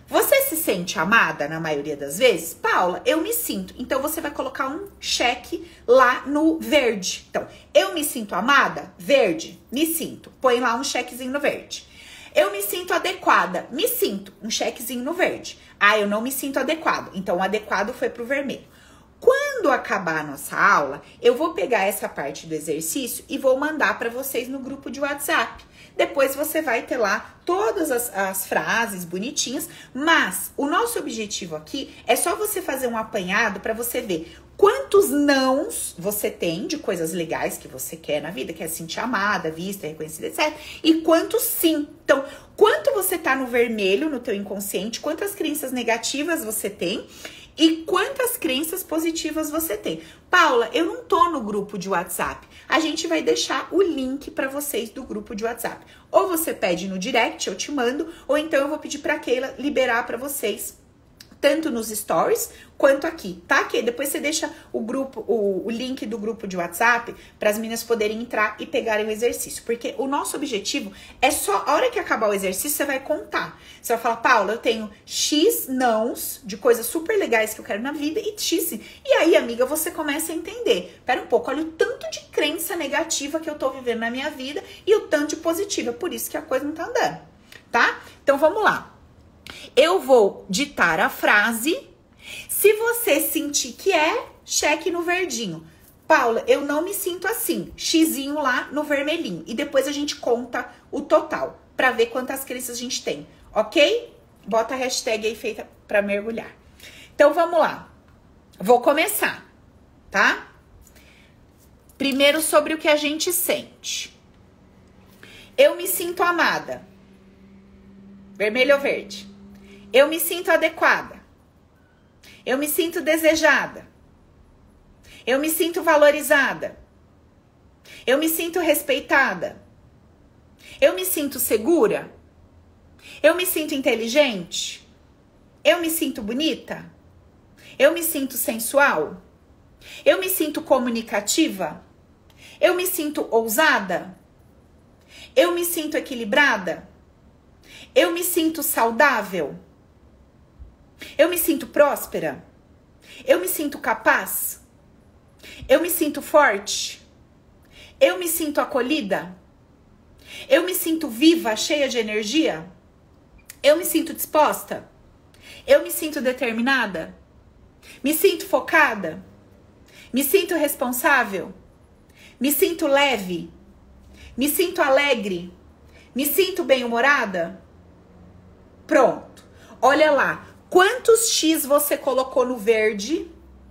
S1: Você se sente amada na maioria das vezes? Paula, eu me sinto. Então, você vai colocar um cheque lá no verde. Então, eu me sinto amada? Verde. Me sinto. Põe lá um chequezinho no verde. Eu me sinto adequada? Me sinto. Um chequezinho no verde. Ah, eu não me sinto adequado. Então, o adequado foi pro vermelho. Quando acabar a nossa aula, eu vou pegar essa parte do exercício e vou mandar para vocês no grupo de WhatsApp. Depois você vai ter lá todas as, as frases bonitinhas, mas o nosso objetivo aqui é só você fazer um apanhado para você ver quantos nãos você tem de coisas legais que você quer na vida, que é se sentir amada, vista, reconhecida, etcétera. E quantos sim. Então, quanto você tá no vermelho, no teu inconsciente, quantas crenças negativas você tem e quantas crenças positivas você tem. Paula, eu não tô no grupo de WhatsApp. A gente vai deixar o link para vocês do grupo de WhatsApp. Ou você pede no direct, eu te mando, ou então eu vou pedir para Keila liberar para vocês, tanto nos stories quanto aqui, tá? Que depois você deixa o grupo, o, o link do grupo de WhatsApp para as meninas poderem entrar e pegarem o exercício, porque o nosso objetivo é só a hora que acabar o exercício você vai contar. Você vai falar, Paula, eu tenho X nãos de coisas super legais que eu quero na vida e X sim. E aí, amiga, você começa a entender. Pera um pouco, olha o tanto de crença negativa que eu tô vivendo na minha vida e o tanto de positiva, por isso que a coisa não tá andando, tá? Então vamos lá. Eu vou ditar a frase. Se você sentir que é, cheque no verdinho. Paula, eu não me sinto assim. Xizinho lá no vermelhinho. E depois a gente conta o total, pra ver quantas crenças a gente tem, ok? Bota a hashtag aí feita pra mergulhar. Então, vamos lá. Vou começar, tá? Primeiro sobre o que a gente sente. Eu me sinto amada. Vermelho ou verde? Eu me sinto adequada. Eu me sinto desejada. Eu me sinto valorizada. Eu me sinto respeitada. Eu me sinto segura. Eu me sinto inteligente. Eu me sinto bonita. Eu me sinto sensual. Eu me sinto comunicativa. Eu me sinto ousada. Eu me sinto equilibrada. Eu me sinto saudável. Eu me sinto próspera. Eu me sinto capaz. Eu me sinto forte. Eu me sinto acolhida. Eu me sinto viva, cheia de energia. Eu me sinto disposta. Eu me sinto determinada. Me sinto focada. Me sinto responsável. Me sinto leve. Me sinto alegre. Me sinto bem-humorada. Pronto. Olha lá. Quantos X você colocou no verde?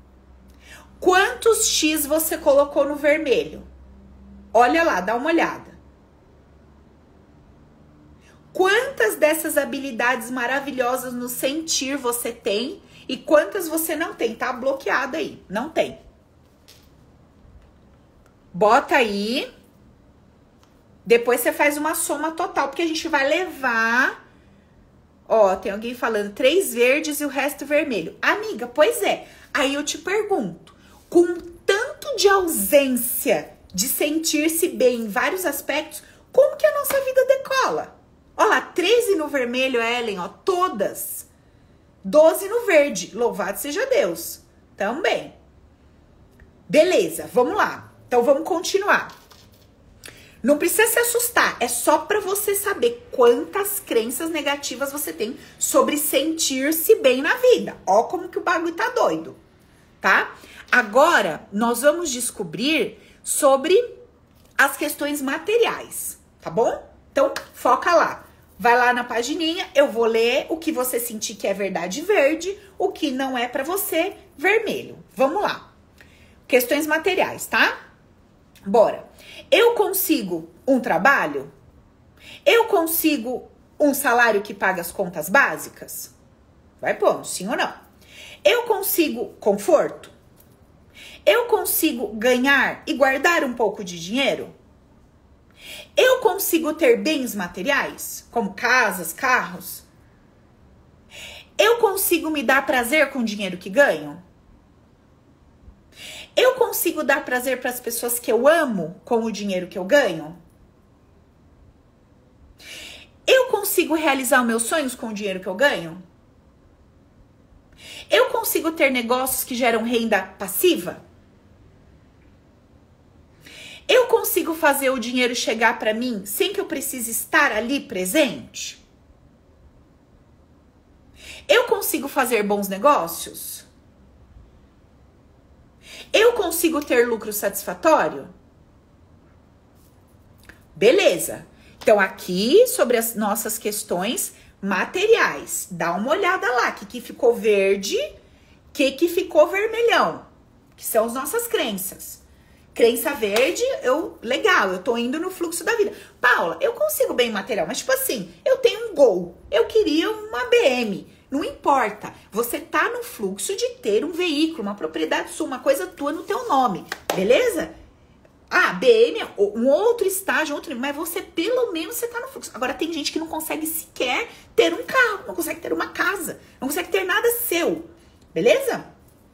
S1: Quantos X você colocou no vermelho? Olha lá, dá uma olhada. Quantas dessas habilidades maravilhosas no sentir você tem e quantas você não tem? Tá bloqueada aí, não tem. Bota aí. Depois você faz uma soma total, porque a gente vai levar... Ó, tem alguém falando três verdes e o resto vermelho. Amiga, pois é. Aí eu te pergunto, com tanto de ausência de sentir-se bem em vários aspectos, como que a nossa vida decola? Ó lá, treze no vermelho, Ellen, ó, todas. doze no verde, louvado seja Deus. Também. Beleza, vamos lá. Então, vamos continuar. Não precisa se assustar, é só para você saber quantas crenças negativas você tem sobre sentir-se bem na vida. Ó como que o bagulho tá doido, tá? Agora, nós vamos descobrir sobre as questões materiais, tá bom? Então, foca lá. Vai lá na pagininha, eu vou ler o que você sentir que é verdade verde, o que não é para você vermelho. Vamos lá. Questões materiais, tá? Bora. Eu consigo um trabalho? Eu consigo um salário que paga as contas básicas? Vai pondo, sim ou não? Eu consigo conforto? Eu consigo ganhar e guardar um pouco de dinheiro? Eu consigo ter bens materiais, como casas, carros? Eu consigo me dar prazer com o dinheiro que ganho? Eu consigo dar prazer para as pessoas que eu amo com o dinheiro que eu ganho? Eu consigo realizar os meus sonhos com o dinheiro que eu ganho? Eu consigo ter negócios que geram renda passiva? Eu consigo fazer o dinheiro chegar para mim sem que eu precise estar ali presente? Eu consigo fazer bons negócios? Eu consigo ter lucro satisfatório? Beleza. Então, aqui, sobre as nossas questões materiais. Dá uma olhada lá, que que ficou verde, que que ficou vermelhão. Que são as nossas crenças. Crença verde, eu, legal, eu tô indo no fluxo da vida. Paula, eu consigo bem material, mas tipo assim, eu tenho um Gol, eu queria uma B M. Não importa, você tá no fluxo de ter um veículo, uma propriedade sua, uma coisa tua no teu nome, beleza? Ah, B M, um outro estágio, outro, mas você, pelo menos, você tá no fluxo. Agora, tem gente que não consegue sequer ter um carro, não consegue ter uma casa, não consegue ter nada seu, beleza?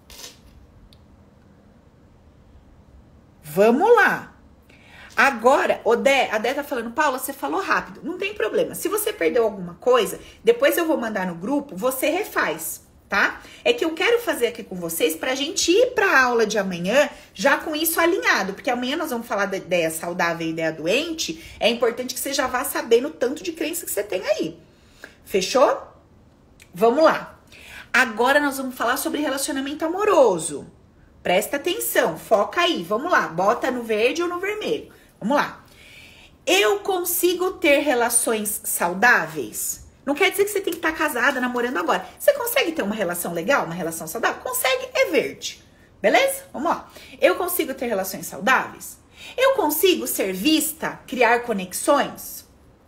S1: Vamos lá. Agora, o Dé, a Dé tá falando, Paula, você falou rápido. Não tem problema. Se você perdeu alguma coisa, depois eu vou mandar no grupo, você refaz, tá? É que eu quero fazer aqui com vocês pra gente ir pra aula de amanhã já com isso alinhado, porque amanhã nós vamos falar da ideia saudável e ideia doente. É importante que você já vá sabendo o tanto de crença que você tem aí. Fechou? Vamos lá. Agora nós vamos falar sobre relacionamento amoroso. Presta atenção, foca aí, vamos lá, bota no verde ou no vermelho. Vamos lá. Eu consigo ter relações saudáveis? Não quer dizer que você tem que estar casada, namorando agora. Você consegue ter uma relação legal, uma relação saudável? Consegue, é verde. Beleza? Vamos lá. Eu consigo ter relações saudáveis? Eu consigo ser vista, criar conexões?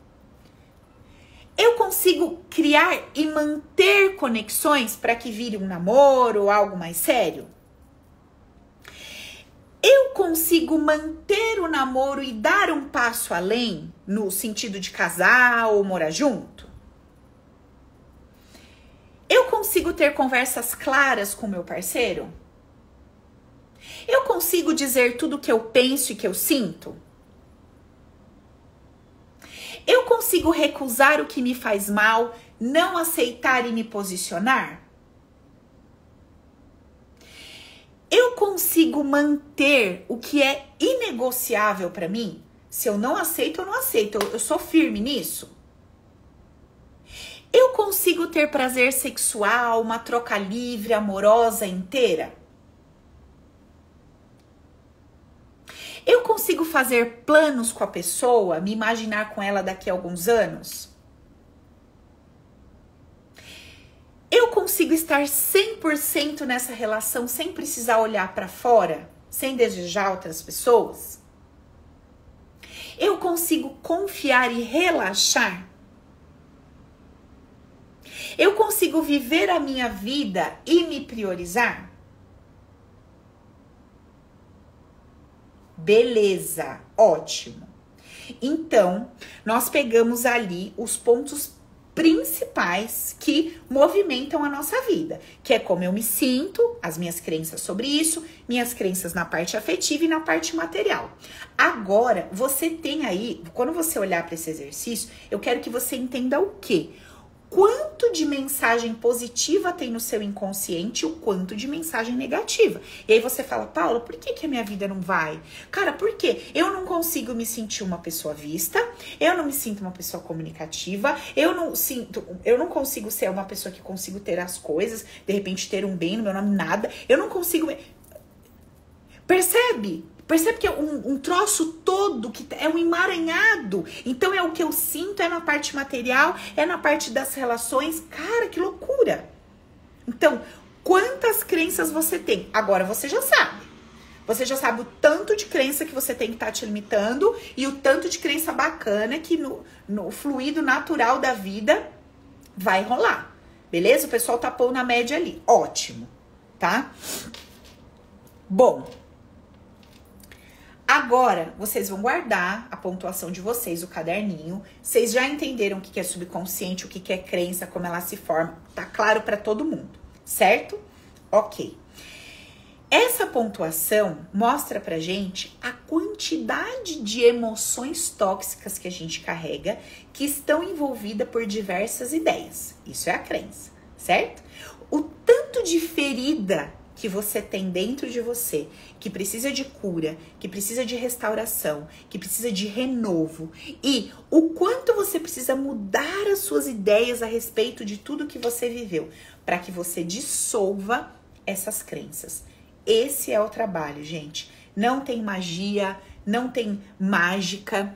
S1: Eu consigo criar e manter conexões para que vire um namoro ou algo mais sério? Eu consigo manter o namoro e dar um passo além no sentido de casar ou morar junto? Eu consigo ter conversas claras com meu parceiro? Eu consigo dizer tudo o que eu penso e que eu sinto? Eu consigo recusar o que me faz mal, não aceitar e me posicionar? Eu consigo manter o que é inegociável para mim? Se eu não aceito, eu não aceito. Eu, eu sou firme nisso. Eu consigo ter prazer sexual, uma troca livre, amorosa, inteira? Eu consigo fazer planos com a pessoa, me imaginar com ela daqui a alguns anos? Eu consigo estar cem por cento nessa relação sem precisar olhar para fora, sem desejar outras pessoas? Eu consigo confiar e relaxar? Eu consigo viver a minha vida e me priorizar? Beleza, ótimo. Então, nós pegamos ali os pontos principais que movimentam a nossa vida, que é como eu me sinto, as minhas crenças sobre isso, minhas crenças na parte afetiva e na parte material. Agora, você tem aí, quando você olhar para esse exercício, eu quero que você entenda o quê? Quanto de mensagem positiva tem no seu inconsciente e o quanto de mensagem negativa. E aí você fala, Paula, por que que a minha vida não vai? Cara, por quê? Eu não consigo me sentir uma pessoa vista, eu não me sinto uma pessoa comunicativa, eu não sinto, eu não consigo ser uma pessoa que consigo ter as coisas, de repente ter um bem no meu nome, nada. Eu não consigo... Percebe? Percebe que é um, um troço todo, que é um emaranhado. Então, é o que eu sinto, é na parte material, é na parte das relações. Cara, que loucura. Então, quantas crenças você tem? Agora, você já sabe. Você já sabe o tanto de crença que você tem que estar tá te limitando e o tanto de crença bacana que no, no fluido natural da vida vai rolar. Beleza? O pessoal tapou na média ali. Ótimo, tá? Bom... Agora, vocês vão guardar a pontuação de vocês, o caderninho. Vocês já entenderam o que é subconsciente, o que é crença, como ela se forma. Tá claro para todo mundo, certo? Ok. Essa pontuação mostra pra gente a quantidade de emoções tóxicas que a gente carrega, que estão envolvidas por diversas ideias. Isso é a crença, certo? O tanto tanto de ferida que você tem dentro de você, que precisa de cura, que precisa de restauração, que precisa de renovo, e o quanto você precisa mudar as suas ideias a respeito de tudo que você viveu, para que você dissolva essas crenças. Esse é o trabalho, gente. Não tem magia, não tem mágica.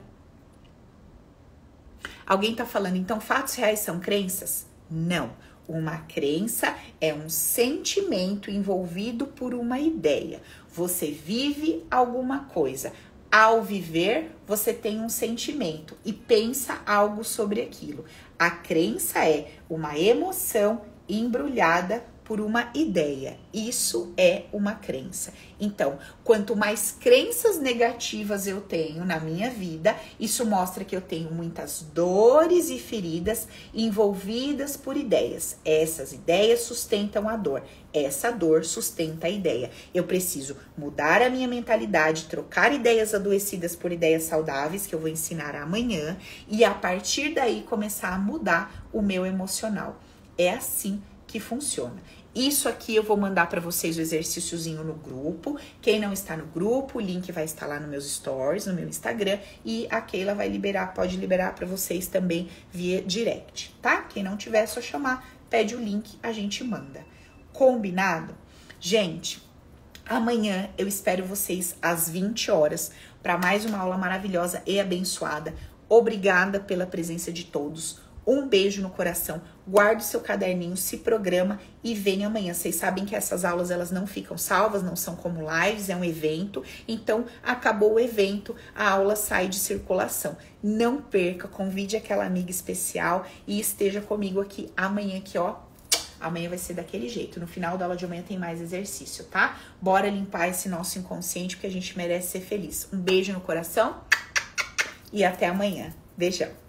S1: Alguém tá falando, então fatos reais são crenças? Não. Uma crença é um sentimento envolvido por uma ideia. Você vive alguma coisa. Ao viver, você tem um sentimento e pensa algo sobre aquilo. A crença é uma emoção embrulhada por uma ideia. Isso é uma crença. Então, quanto mais crenças negativas eu tenho na minha vida, isso mostra que eu tenho muitas dores e feridas envolvidas por ideias. Essas ideias sustentam a dor. Essa dor sustenta a ideia. Eu preciso mudar a minha mentalidade, trocar ideias adoecidas por ideias saudáveis, que eu vou ensinar amanhã, e a partir daí começar a mudar o meu emocional. É assim que funciona. Isso aqui eu vou mandar para vocês o exercíciozinho no grupo. Quem não está no grupo, o link vai estar lá nos meus stories, no meu Instagram, e a Keila vai liberar, pode liberar para vocês também via direct, tá? Quem não tiver, é só chamar, pede o link, a gente manda. Combinado? Gente, amanhã eu espero vocês às vinte horas para mais uma aula maravilhosa e abençoada. Obrigada pela presença de todos. Um beijo no coração, guarde o seu caderninho, se programa e venha amanhã. Vocês sabem que essas aulas elas não ficam salvas, não são como lives, é um evento. Então, acabou o evento, a aula sai de circulação. Não perca, convide aquela amiga especial e esteja comigo aqui amanhã, que ó, amanhã vai ser daquele jeito. No final da aula de amanhã tem mais exercício, tá? Bora limpar esse nosso inconsciente, porque a gente merece ser feliz. Um beijo no coração e até amanhã. Beijão.